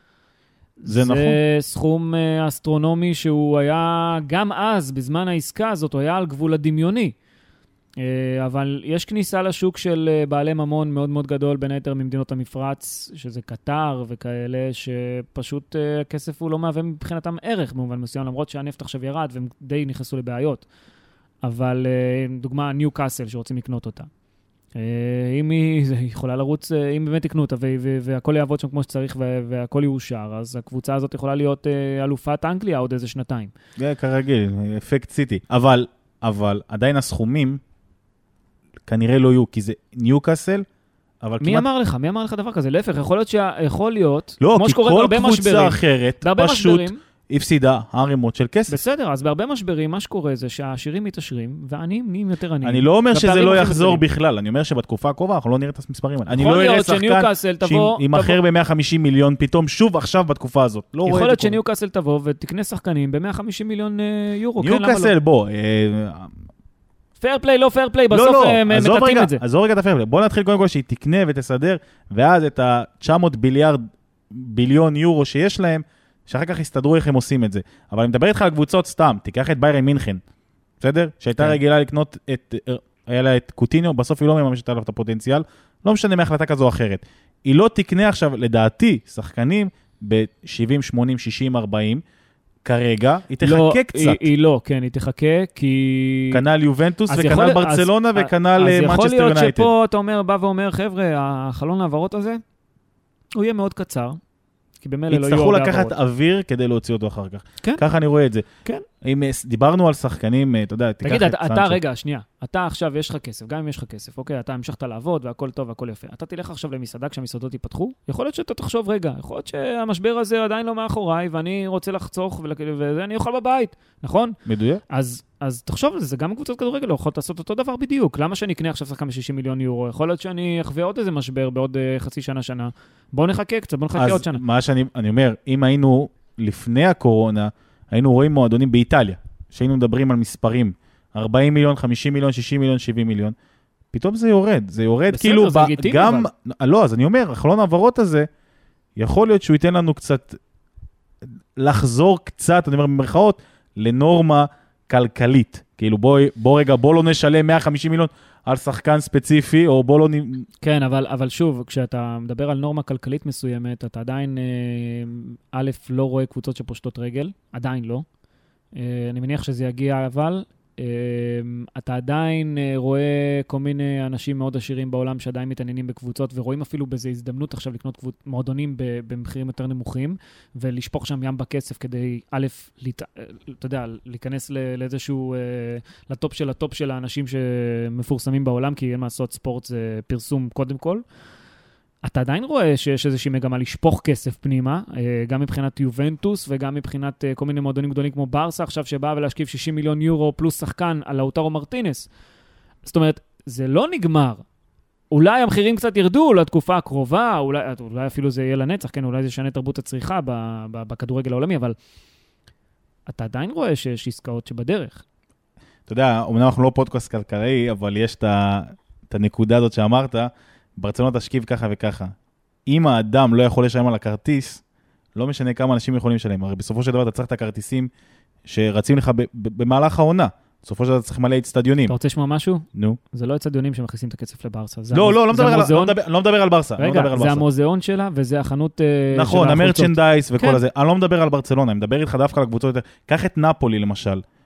זה נכון. זה סכום אסטרונומי שהוא היה, גם אז, בזמן העסקה הזאת, הוא היה על גבול הדמיוני. אבל יש כניסה לשוק של בעלי ממון מאוד מאוד גדול, בין היתר ממדינות המפרץ, שזה קטר וכאלה, שפשוט הכסף הוא לא מהווה מבחינתם ערך, במובן מסוים, למרות שהנפט עכשיו ירד, והם די נכנסו לבעיות. אבל דוגמה, ניו קאסל, שרוצים לקנות אותה. אם היא יכולה לרוץ, אם באמת תקנו אותה, והכל יעבוד שם כמו שצריך, והכל יאושר, אז הקבוצה הזאת יכולה להיות אלופת אנגליה עוד איזה שנתיים. זה כרגיל, אפקט סיטי. אבל עדיין הסכומים כנראה לא יהיו, כי זה ניוקאסל, אבל מי אמר לך? מי אמר לך דבר כזה? להפך, יכול להיות, לא, כמו שקורה בהרבה משברים. לא, כי כל קבוצה אחרת פשוט הפסידה ערימות של כסף. בסדר, אז בהרבה משברים, מה שקורה זה שהעשירים מתעשרים, והעניים נהיים יותר עניים. אני לא אומר שזה לא יחזור בכלל, אני אומר שבתקופה הקרובה אנחנו לא נראה את המספרים האלה. אני לא אראה שחקן שימכר ב-150 מיליון פתאום שוב עכשיו בתקופה הזאת. יכול להיות שניוקאסל תבוא ותקנה שחקנים ב-150 מיליון יורו. ניוקאסל, בוא. פייר פליי, לא פייר פליי, בסוף מטאטים את זה. עזוב רגע את הפייר פליי. בוא נתחיל קודם כל שהיא תקנה ותסדר, ואז את ה-900 ביליון יורו שיש להם, שאחר כך יסתדרו איך הם עושים את זה. אבל אני מדבר איתך על קבוצות סתם, תיקח את ביירן מינכן, בסדר? שהייתה רגילה לקנות היה לה את קוטיניו, בסוף היא לא מממשת עליו את הפוטנציאל, לא משנה מהחלטה כזו או אחרת. היא לא תקנה עכשיו, לדעתי, שחקנים ב-70, 80, 60, 40, כרגע, היא תחכה קצת. היא לא, כן, היא תחכה, כי... כנל יובנטוס וכנל ברצלונה וכנל מנצ'סטר יונייטד. אז יכול להיות שפה אתה בא ואומר, חבר'ה, החלון העברות הזה, הוא יהיה מאוד קצר. כי במילא לא יהיו יצטרכו לקחת אוויר כדי להוציא אותו אחר כך. כן. ככה אני רואה את זה. כן. אם דיברנו על שחקנים, אתה יודע, תיקח תגיד, אתה רגע, שנייה. אתה עכשיו יש לך כסף, גם אם יש לך כסף, אוקיי, אתה המשכת לעבוד והכל טוב והכל יפה. אתה תלך עכשיו למסעדה כשהמסעדות ייפתחו, יכול להיות שאתה תחשוב רגע, יכול להיות שהמשבר הזה עדיין לא מאחוריי, ואני רוצה לחצוך ואני אוכל בבית, נכון? מדויק. אז תחשוב על זה, גם קבוצות כדורגל לא יכולות לעשות אותו דבר בדיוק. למה שאני אקנה עכשיו שחקן ב-60 מיליון יורו? יכול להיות שאני אחווה עוד איזה משבר בעוד חצי שנה. בואו נחכה קצת, בואו נחכה עוד שנה. אז מה שאני אומר, אם היינו לפני הקורונה, היינו רואים מועדונים באיטליה, שהיינו מדברים על מספרים, 40 מיליון, 50 מיליון, 60 מיליון, 70 מיליון, פתאום זה יורד. זה יורד כאילו גם... לא, אז אני אומר, החלון העברות הזה, יכול להיות שהוא ייתן לנו קצת, לחזור קצת, אני אומר במרכאות, לנורמה כלכלית. כאילו בוא לא נשלם 150 מיליון על שחקן ספציפי, או בוא לא... כן, אבל שוב, כשאתה מדבר על נורמה כלכלית מסוימת, אתה עדיין, א', לא רואה קבוצות שפושטות רגל, עדיין לא. אני מניח שזה יגיע, אבל אתה עדיין רואה כל מיני אנשים מאוד עשירים בעולם שעדיין מתעניינים בקבוצות, ורואים אפילו באיזו הזדמנות עכשיו לקנות מועדונים במחירים יותר נמוכים, ולשפוך שם ים בכסף כדי, א', אתה יודע, להיכנס לאיזשהו, לטופ של האנשים שמפורסמים בעולם, כי אין מה לעשות, ספורט זה פרסום קודם כל. אתה עדיין רואה שיש איזושהי מגמה לשפוך כסף פנימה, גם מבחינת יובנטוס וגם מבחינת כל מיני מועדונים גדולים כמו ברסה, עכשיו שבאה ולהשכיב 60 מיליון יורו פלוס שחקן על לאוטרו מרטינס. זאת אומרת, זה לא נגמר. אולי המחירים קצת ירדו לתקופה הקרובה, אולי אפילו זה יהיה לנצח, כן, אולי זה ישנה תרבות הצריכה בכדורגל העולמי, אבל אתה עדיין רואה שיש עסקאות שבדרך. אתה יודע, אמנם אנחנו לא פודקאסט כלכלי, אבל יש את הנקודה הזאת שאמרת, ברצלונה תשכיב ככה וככה. אם האדם לא יכול לשלם על הכרטיס, לא משנה כמה אנשים יכולים לשלם. הרי בסופו של דבר אתה צריך את הכרטיסים שרצים לך במהלך העונה. בסופו של דבר אתה צריך מלא אצטדיונים. אתה רוצה לשמוע משהו? נו. זה לא אצטדיונים שמכניסים את הכסף לברסה. לא מדבר על ברסה. רגע, זה המוזיאון שלה וזה החנות נכון, המרצ'נדייס וכל הזה. אני לא מדבר על ברצלונה, אני מדבר איתך דווקא על הקבוצות יותר. קח את נאפולי למשל.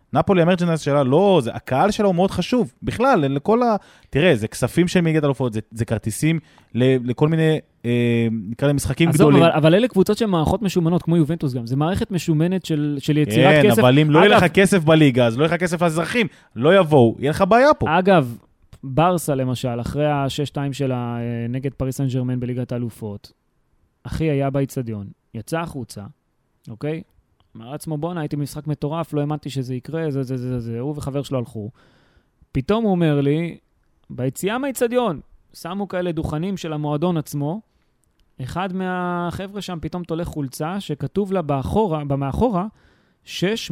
נפולי המרג'נס שלה, לא, הקהל שלה הוא מאוד חשוב, בכלל, לכל תראה, זה כספים של מליגת האלופות, זה כרטיסים לכל מיני, נקרא להם משחקים גדולים. אבל אלה קבוצות שהן מערכות משומנות, כמו יובנטוס גם, זה מערכת משומנת של יצירת כסף. כן, אבל אם לא יהיה לך כסף בליגה, אז לא יהיה לך כסף לאזרחים, לא יבואו, יהיה לך בעיה פה. אגב, ברסה למשל, אחרי ה-6-2 שלה נגד פריס סן ז'רמן בליגת האלופות, אחי היה באצטדיון, יצא החוצה, אוקיי? אמר לעצמו, בונה, הייתי במשחק מטורף, לא האמנתי שזה יקרה, זה, הוא וחבר שלו הלכו. פתאום הוא אומר לי, ביציאה מהאצטדיון, שמו כאלה דוכנים של המועדון עצמו, אחד מהחבר'ה שם פתאום תולך חולצה, שכתוב לה במאחורה, 6-2.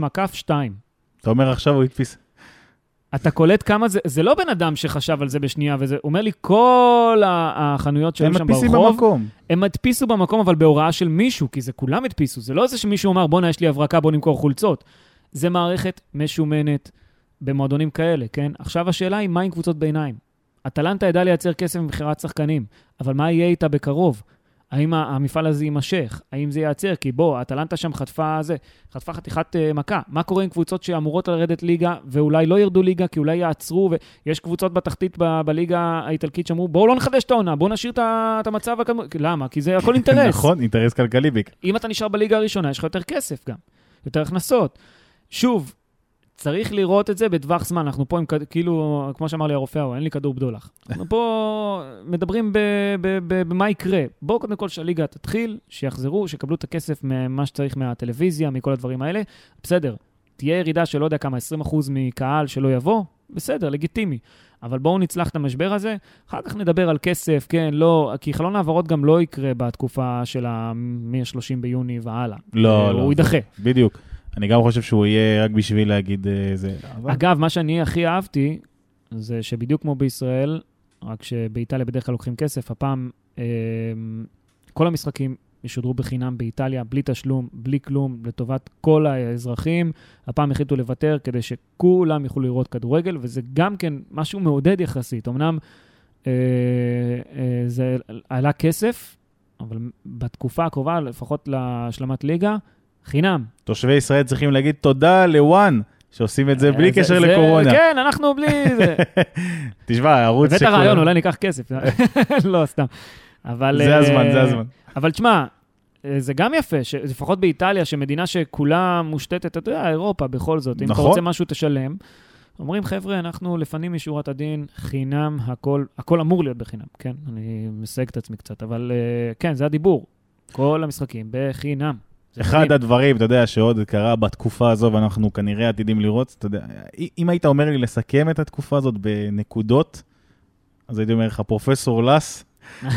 אתה אומר עכשיו הוא התפיס. אתה קולט כמה זה לא בן אדם שחשב על זה בשנייה, וזה אומר לי, כל החנויות שהיו שם ברחוב, הם מדפיסו במקום, אבל בהוראה של מישהו, כי זה כולם מדפיסו, זה לא זה שמישהו אומר, בוא יש לי הברקה, בוא נמכור חולצות. זה מערכת משומנת במועדונים כאלה, כן? עכשיו השאלה היא, מה עם קבוצות ביניים? אטלנטה ידעה לייצר כסף ממכירת שחקנים, אבל מה יהיה איתה בקרוב? האם המפעל הזה יימשך? האם זה ייעצר? כי בוא, אטלנטה שם חטפה חתיכת מכה. מה קורה עם קבוצות שאמורות לרדת ליגה, ואולי לא ירדו ליגה, כי אולי יעצרו, ויש קבוצות בתחתית בליגה האיטלקית שאמרו, בואו לא נחדש את העונה, בואו נשאיר את המצב. למה? כי זה הכל אינטרס. נכון, אינטרס כלכלי. אם אתה נשאר בליגה הראשונה, יש לך יותר כסף גם, יותר הכנסות. שוב, צריך לראות את זה בטווח זמן. אנחנו פה, כאילו, כמו שאמר לי הרופא, אין לי כדור בדולח. אנחנו פה מדברים במה יקרה. בואו קודם כל שהליגה תתחיל, שיחזרו, שיקבלו את הכסף ממה שצריך מהטלוויזיה, מכל הדברים האלה. בסדר, תהיה ירידה של לא יודע כמה, 20% מקהל שלא יבוא, בסדר, לגיטימי. אבל בואו נצלח את המשבר הזה. אחר כך נדבר על כסף, כן, לא, כי חלון העברות גם לא יקרה בתקופה של מ-30 ביוני והלאה. לא, הוא יידחה. בדיוק. אני גם חושב שהוא יהיה רק בשביל להגיד זה. אגב, מה שאני הכי אהבתי, זה שבדיוק כמו בישראל, רק שבאיטליה בדרך כלל לוקחים כסף, הפעם כל המשחקים ישודרו בחינם באיטליה, בלי תשלום, בלי כלום, לטובת כל האזרחים. הפעם החליטו לוותר כדי שכולם יוכלו לראות כדורגל, וזה גם כן משהו מעודד יחסית. אמנם זה עלה כסף, אבל בתקופה הקרובה, לפחות להשלמת ליגה, חינם. תושבי ישראל צריכים להגיד תודה לוואן, שעושים את זה בלי קשר לקורונה. כן, אנחנו בלי זה. תשמע, ערוץ הבאת הרעיון, אולי ניקח כסף. לא, סתם. זה הזמן, זה הזמן. אבל תשמע, זה גם יפה, לפחות באיטליה, שמדינה שכולה מושתתת, אתה יודע, אירופה בכל זאת, אם אתה רוצה משהו תשלם, אומרים, חבר'ה, אנחנו לפנים משורת הדין, חינם, הכל אמור להיות בחינם, כן? אני מסייג את עצמי קצת, אבל כן, זה הדיבור. כל המשחקים בחינם. אחד הדברים, אתה יודע, שעוד קרה בתקופה הזו, ואנחנו כנראה עתידים לראות, אתה יודע, אם היית אומר לי לסכם את התקופה הזאת בנקודות, אז הייתי אומר לך, פרופסור לס,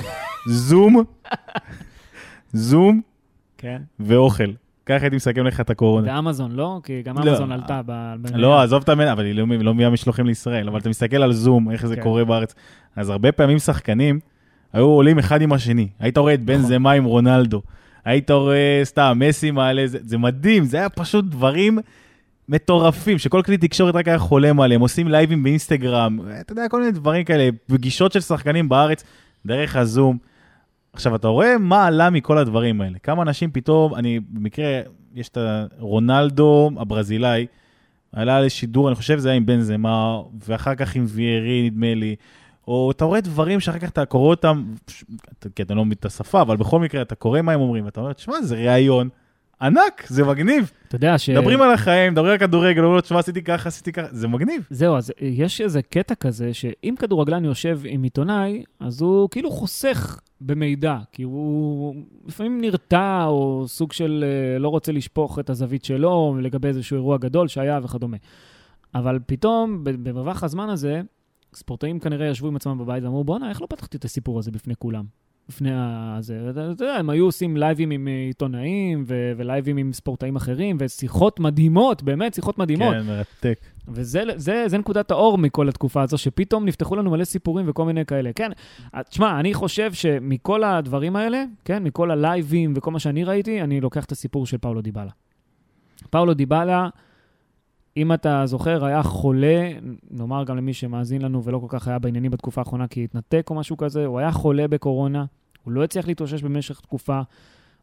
זום, כן. ואוכל. ככה הייתי מסכם לך את הקורונה. ואמזון, לא? כי גם אמזון עלתה. לא, עזוב את המנה, אבל היא לא מביאה משלוחים לישראל, אבל אתה מסתכל על זום, איך זה קורה בארץ. אז הרבה פעמים שחקנים היו עולים אחד עם השני. היית רואה את בנזמה עם רונלדו. היית רואה סתם, מסי מעלה, זה מדהים, זה היה פשוט דברים מטורפים, שכל כלי תקשורת רק היה חולם עליהם, עושים לייבים באינסטגרם, אתה יודע, כל מיני דברים כאלה, פגישות של שחקנים בארץ, דרך הזום. עכשיו, אתה רואה מה עלה מכל הדברים האלה, כמה אנשים פתאום, במקרה, יש את רונלדו, הברזילאי, עלה לשידור, אני חושב זה היה עם בנזמה, ואחר כך עם ויירי, נדמה לי, או אתה רואה דברים שאחר כך אתה קורא אותם, כי אתה לא מבין את השפה, אבל בכל מקרה אתה קורא מה הם אומרים, ואתה אומר, תשמע, זה ראיון ענק, זה מגניב. אתה יודע מדברים על החיים, מדברים על כדורגל, אומרים לו, תשמע, עשיתי ככה, זה מגניב. זהו, אז יש איזה קטע כזה, שאם כדורגלן יושב עם עיתונאי, אז הוא כאילו חוסך במידע, כי הוא לפעמים נרתע, או סוג של לא רוצה לשפוך את הזווית שלו, לגבי איזשהו אירוע גדול שהיה וכדומה. אבל פתאום, ברווח הזמן הזה, ספורטאים כנראה ישבו עם עצמם בבית ואמרו, בוא'נה, איך לא פתחתי את הסיפור הזה בפני כולם? בפני הזה, אתה יודע, הם היו עושים לייבים עם עיתונאים, ולייבים עם ספורטאים אחרים, ושיחות מדהימות, באמת שיחות מדהימות. כן, מרתק. וזה נקודת האור מכל התקופה הזו, שפתאום נפתחו לנו מלא סיפורים וכל מיני כאלה. כן, תשמע, אני חושב שמכל הדברים האלה, כן, מכל הלייבים וכל מה שאני ראיתי, אני לוקח את הסיפור של פאולו דיבאלה. פאולו דיבאלה, אם אתה זוכר, היה חולה, נאמר גם למי שמאזין לנו ולא כל כך היה בעניינים בתקופה האחרונה, כי התנתק או משהו כזה, הוא היה חולה בקורונה, הוא לא הצליח להתאושש במשך תקופה,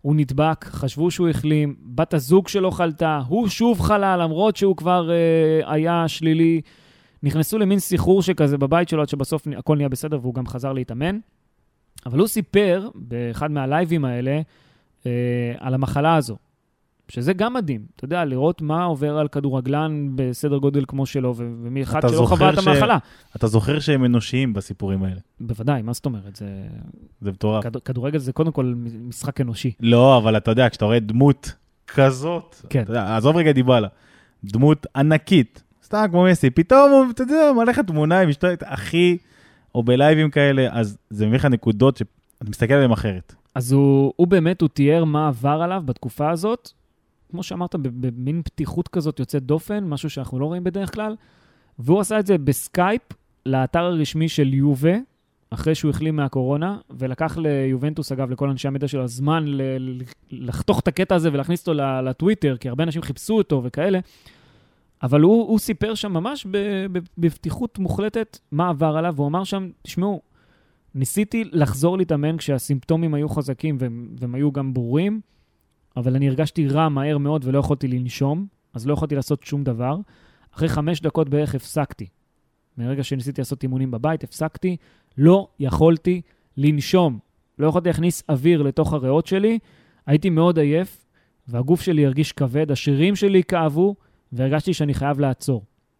הוא נדבק, חשבו שהוא החלים, בת הזוג שלו חלתה, הוא שוב חלה, למרות שהוא כבר היה שלילי. נכנסו למין סיחור שכזה בבית שלו, עד שבסוף הכל נהיה בסדר, והוא גם חזר להתאמן. אבל הוא סיפר, באחד מהלייבים האלה, על המחלה הזו. שזה גם מדהים. אתה יודע, לראות מה עובר על כדורגלן בסדר גודל כמו שלו, ומי אחד שלא חווה את המחלה. אתה זוכר שהם אנושיים בסיפורים האלה. בוודאי, מה זאת אומרת? זה מטורף. כדורגל זה קודם כל משחק אנושי. לא, אבל אתה יודע, כשאתה רואה דמות כזאת, כן. אתה יודע, עזוב רגע דיבלה, דמות ענקית, סתם כמו מסי, פתאום הוא, אתה יודע, מלכת תמונה עם אשתו, אחי, או בלייבים כאלה, אז זה מביא לך נקודות שאתה מסתכל עליהם אחרת. אז הוא באמת, הוא תיאר מה עבר עליו בתקופה הזאת, כמו שאמרת, במין פתיחות כזאת יוצאת דופן, משהו שאנחנו לא רואים בדרך כלל, והוא עשה את זה בסקייפ, לאתר הרשמי של יובה, אחרי שהוא החלים מהקורונה, ולקח ליובנטוס, אגב, לכל אנשי המדיה שלו, הזמן לחתוך את הקטע הזה ולהכניס אותו לטוויטר, כי הרבה אנשים חיפשו אותו וכאלה, אבל הוא סיפר שם ממש בפתיחות מוחלטת מה עבר עליו, והוא אמר שם, תשמעו, ניסיתי לחזור להתאמן כשהסימפטומים היו חזקים והם היו גם ברורים, אבל אני הרגשתי רע מהר מאוד ולא יכולתי לנשום, אז לא יכולתי לעשות שום דבר. אחרי 5 דקות בערך הפסקתי. מרגע שניסיתי לעשות אימונים בבית, הפסקתי, לא יכולתי לנשום. לא יכולתי להכניס אוויר לתוך הריאות שלי, הייתי מאוד עייף, והגוף שלי הרגיש כבד, השרירים שלי כאבו, והרגשתי שאני חייב לעצור.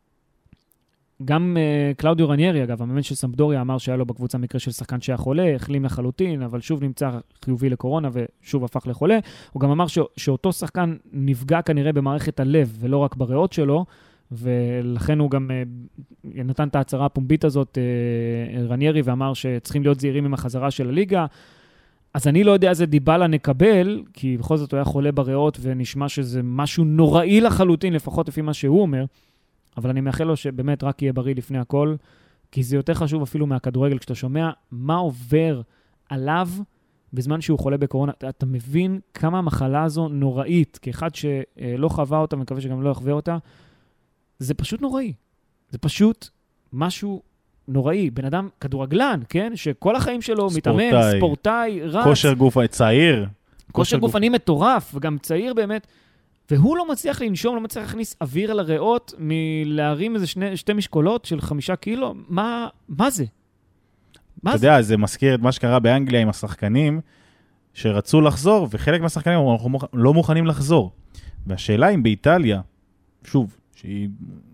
גם קלאודיו רניירי, אגב, המאמן של סמפדוריה, אמר שהיה לו בקבוצה מקרה של שחקן שהיה חולה, החלים לחלוטין, אבל שוב נמצא חיובי לקורונה ושוב הפך לחולה. הוא גם אמר שאותו שחקן נפגע כנראה במערכת הלב ולא רק בריאות שלו, ולכן הוא גם נתן את ההצהרה הפומבית הזאת, רניירי, ואמר שצריכים להיות זהירים עם החזרה של הליגה. אז אני לא יודע איזה דיבלה נקבל, כי בכל זאת הוא היה חולה בריאות ונשמע שזה משהו נוראי לחלוטין, לפחות לפי מה שהוא אומר. אבל אני מאחל לו שבאמת רק יהיה בריא לפני הכל, כי זה יותר חשוב אפילו מהכדורגל, כשאתה שומע מה עובר עליו בזמן שהוא חולה בקורונה. אתה מבין כמה המחלה הזו נוראית, כאחד שלא חווה אותה, ומקווה שגם לא יחווה אותה. זה פשוט נוראי. זה פשוט משהו נוראי. בן אדם כדורגלן, כן? שכל החיים שלו מתאמן, ספורטאי, רץ. כושר גוף, צעיר. כושר גופני מטורף, וגם צעיר באמת. והוא לא מצליח לנשום, לא מצליח להכניס אוויר על הריאות, מלהרים איזה 2 משקולות של 5 קילו. מה זה? אתה יודע, זה מזכיר את מה שקרה באנגליה עם השחקנים, שרצו לחזור, וחלק מהשחקנים לא מוכנים לחזור. והשאלה אם באיטליה, שוב, שהיא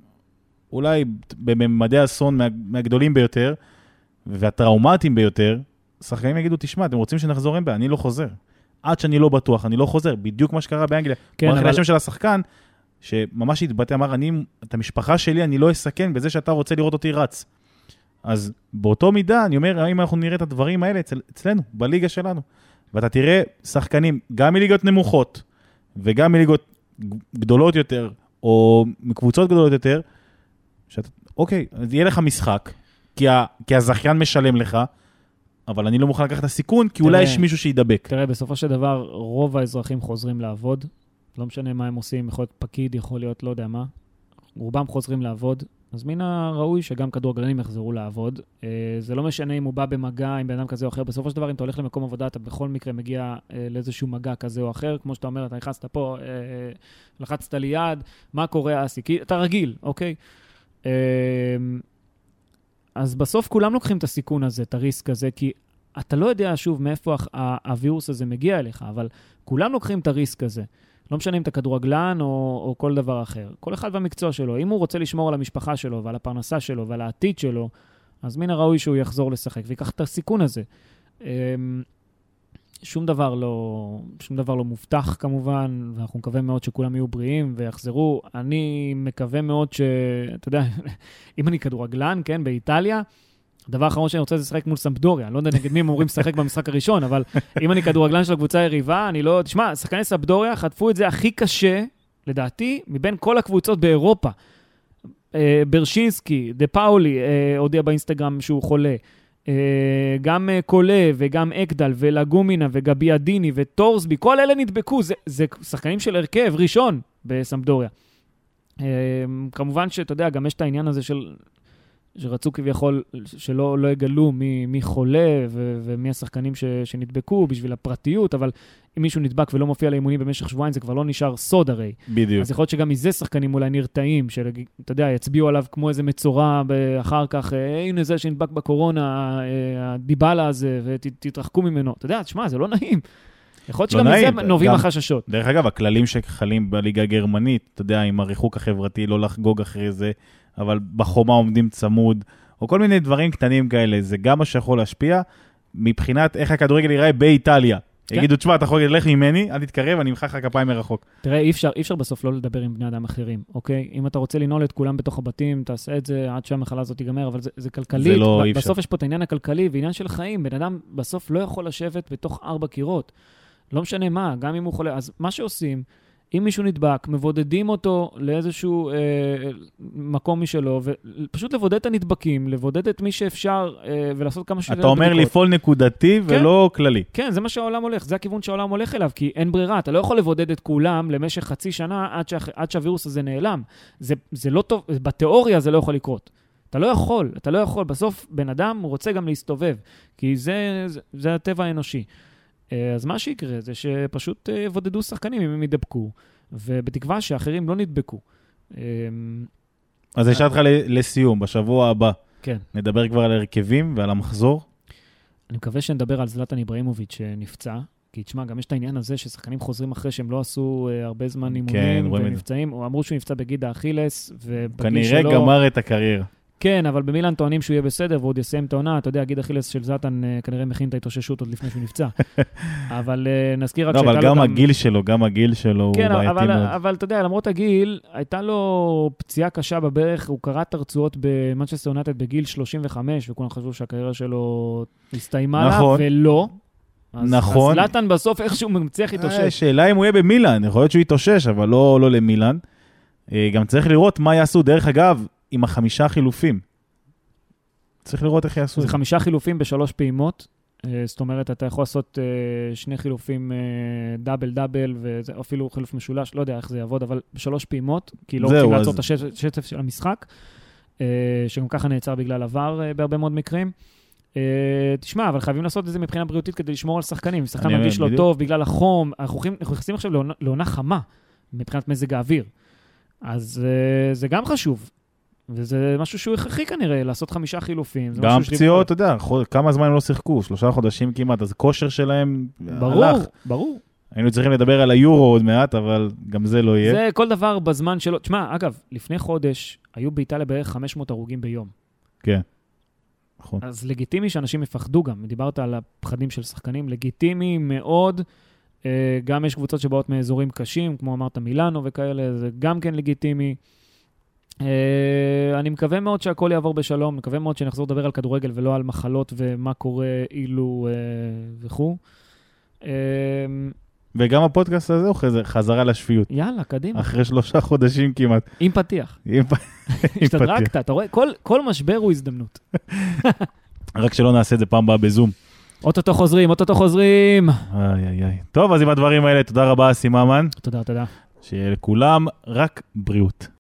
אולי בממדי אסון מהגדולים ביותר, והטראומטיים ביותר, שחקנים יגידו, תשמע, אתם רוצים שנחזור עם בה? אני לא חוזר. עד שאני לא בטוח, אני לא חוזר. בדיוק מה שקרה באנגליה. כן, אבל... השם של השחקן, שממש התבטא, אמר, את המשפחה שלי אני לא אסכן בזה שאתה רוצה לראות אותי רץ. אז באותו מידה, אני אומר, האם אנחנו נראה את הדברים האלה אצלנו, בליגה שלנו. ואתה תראה שחקנים, גם מליגות נמוכות, וגם מליגות גדולות יותר, או מקבוצות גדולות יותר, אוקיי, אז יהיה לך משחק, כי הזכיין משלם לך, אבל אני לא מוכן לקחת את הסיכון, כי אולי יש מישהו שידבק. תראה, בסופו של דבר, רוב האזרחים חוזרים לעבוד, לא משנה מה הם עושים, יכול להיות פקיד, יכול להיות לא יודע מה, רובם חוזרים לעבוד, אז מן הראוי שגם כדורגלנים יחזרו לעבוד. זה לא משנה אם הוא בא במגע עם בן אדם כזה או אחר, בסופו של דבר, אם אתה הולך למקום עבודה, אתה בכל מקרה מגיע לאיזשהו מגע כזה או אחר, כמו שאתה אומר, אתה נכנסת פה, לחצת לי יד, מה קורה, אתה רגיל, אוקיי? אז בסוף כולם לוקחים את הסיכון הזה, את הריסק הזה, כי אתה לא יודע שוב מאיפה הווירוס הזה מגיע אליך, אבל כולם לוקחים את הריסק הזה. לא משנה אם אתה כדורגלן או כל דבר אחר. כל אחד במקצוע שלו. אם הוא רוצה לשמור על המשפחה שלו ועל הפרנסה שלו ועל העתיד שלו, אז מן הראוי שהוא יחזור לשחק ויקח את הסיכון הזה. שום דבר לא מובטח כמובן, ואנחנו מקווה מאוד שכולם יהיו בריאים ויחזרו. אני מקווה מאוד אתה יודע, אם אני כדורגלן, כן, באיטליה, הדבר האחרון שאני רוצה זה לשחק מול סמפדוריה. אני לא יודע נגד מי הם אומרים לשחק במשחק הראשון, אבל אם אני כדורגלן של הקבוצה היריבה, אני לא... תשמע, שחקני סמפדוריה חטפו את זה הכי קשה, לדעתי, מבין כל הקבוצות באירופה. ברשינסקי, דה פאולי, הודיע באינסטגרם שהוא חולה. גם קולה וגם אקדל ולגומינה וגביאדיני וטורסבי, כל אלה נדבקו. זה שחקנים של הרכב ראשון בסמפדוריה. כמובן שאתה יודע, גם יש את העניין הזה שרצו כביכול שלא יגלו מי חולה ומי השחקנים שנדבקו בשביל הפרטיות, אבל אם מישהו נדבק ולא מופיע לאימונים במשך שבועיים, זה כבר לא נשאר סוד הרי. בדיוק. אז יכול להיות שגם מזה שחקנים אולי נרתעים, שאתה יודע, יצביעו עליו כמו איזה מצורע אחר כך, הנה זה שנדבק בקורונה, הדיבלה הזה, ותתרחקו ממנו. אתה יודע, תשמע, זה לא נעים. יכול להיות שגם מזה נובעים החששות. דרך אגב, הכללים שחלים בליגה הגרמנית, אתה יודע, עם הריחוק החברתי, לא לחגוג אחרי זה, אבל בחומה עומדים צמוד, או כל מיני דברים קטנים כאלה, זה גם מה שיכול להשפיע, מבחינת איך הכדורגל ייראה באיטליה. יגידו, תשמע, אתה יכול ללך ממני, אל תתקרב, אני אמחא לך כפיים מרחוק. תראה, אי אפשר בסוף לא לדבר עם בני אדם אחרים, אוקיי? אם אתה רוצה לנעול את כולם בתוך הבתים, תעשה את זה עד שהמחלה הזאת תיגמר, אבל זה כלכלית. בסוף יש פה את העניין הכלכלי ועניין של חיים. בן אדם בסוף לא יכול לשבת בתוך 4 קירות. לא משנה מה, גם אם הוא חולה. אז מה שעושים, אם מישהו נדבק, מבודדים אותו לאיזשהו מקום משלו, ופשוט לבודד את הנדבקים, לבודד את מי שאפשר, ולעשות כמה שיותר אתה אומר לפעול נקודתי ולא כללי. כן, זה מה שהעולם הולך, זה הכיוון שהעולם הולך אליו, כי אין ברירה, אתה לא יכול לבודד את כולם למשך חצי שנה עד שהווירוס הזה נעלם. זה לא טוב, בתיאוריה זה לא יכול לקרות. אתה לא יכול, בסוף בן אדם רוצה גם להסתובב, כי זה הטבע האנושי. אז מה שיקרה זה שפשוט יבודדו שחקנים אם הם ידבקו, ובתקווה שאחרים לא נדבקו. אז השארת לך לסיום, בשבוע הבא. כן. נדבר כבר על הרכבים ועל המחזור. אני מקווה שנדבר על זלטן איברהימוביץ' שנפצע, כי תשמע, גם יש את העניין הזה ששחקנים חוזרים אחרי שהם לא עשו הרבה זמן אימונים ונפצעים, או אמרו שהוא נפצע בגיד האכילס, כנראה גמר את הקריירה. כן, אבל במילאן טוענים שהוא יהיה בסדר, ועוד יסיים את העונה. אתה יודע, גיד אכילס של זלטן כנראה מכין את ההתאוששות עוד לפני שהוא נפצע. אבל נזכיר רק שהייתה לו גם הגיל שלו הוא בעייתי מאוד. אבל אתה יודע, למרות הגיל, הייתה לו פציעה קשה בברך, הוא קרע את הרצועות במנצ'סטר יונייטד בגיל 35, וכולם חשבו שהקריירה שלו הסתיימה לה, ולא. נכון. אז זלטן בסוף איכשהו מצליח להתאושש. שאלה אם הוא יהיה במילאן, יכול להיות שהוא יתאושש, אבל לא למילאן. גם צריך לראות מה יעשו. דרך אגב, עם 5 חילופים. צריך לראות איך יעשו. זה 5 חילופים ב3 פעימות. זאת אומרת, אתה יכול לעשות 2 חילופים דאבל, ואפילו חילוף משולש, לא יודע איך זה יעבוד, אבל ב3 פעימות, כי לא רוצים לעצור את השטף של המשחק, שגם ככה נעצר בגלל עבר בהרבה מאוד מקרים. תשמע, אבל חייבים לעשות את זה מבחינה בריאותית כדי לשמור על שחקנים. שחקן מרגיש לא טוב בגלל החום. אנחנו נכנסים עכשיו לעונה חמה, מבחינת מזג האוויר. אז זה גם חשוב. וזה משהו שהוא הכרחי כנראה, לעשות 5 חילופים. גם פציעות, אתה יודע, כמה זמן הם לא שיחקו, 3 חודשים כמעט, אז כושר שלהם הלך. ברור. היינו צריכים לדבר על היורו עוד מעט, אבל גם זה לא יהיה. זה כל דבר בזמן שלו. תשמע, אגב, לפני חודש, היו באיטליה בערך 500 הרוגים ביום. כן. נכון. אז לגיטימי שאנשים יפחדו גם. דיברת על הפחדים של שחקנים, לגיטימי מאוד. גם יש קבוצות שבאות מאזורים קשים, כמו אמרת מילאנו וכאלה, זה גם כן לגיטימי. אני מקווה מאוד שהכל יעבור בשלום, מקווה מאוד שנחזור לדבר על כדורגל ולא על מחלות ומה קורה אילו וכו'. וגם הפודקאסט הזה הוא חזרה לשפיות. יאללה, קדימה. אחרי 3 חודשים כמעט. עם פתיח. השתדרגת, אתה רואה? כל משבר הוא הזדמנות. רק שלא נעשה את זה פעם באה בזום. אוטוטו חוזרים. איי. טוב, אז עם הדברים האלה, תודה רבה, סיממן. תודה. שיהיה לכולם רק בריאות.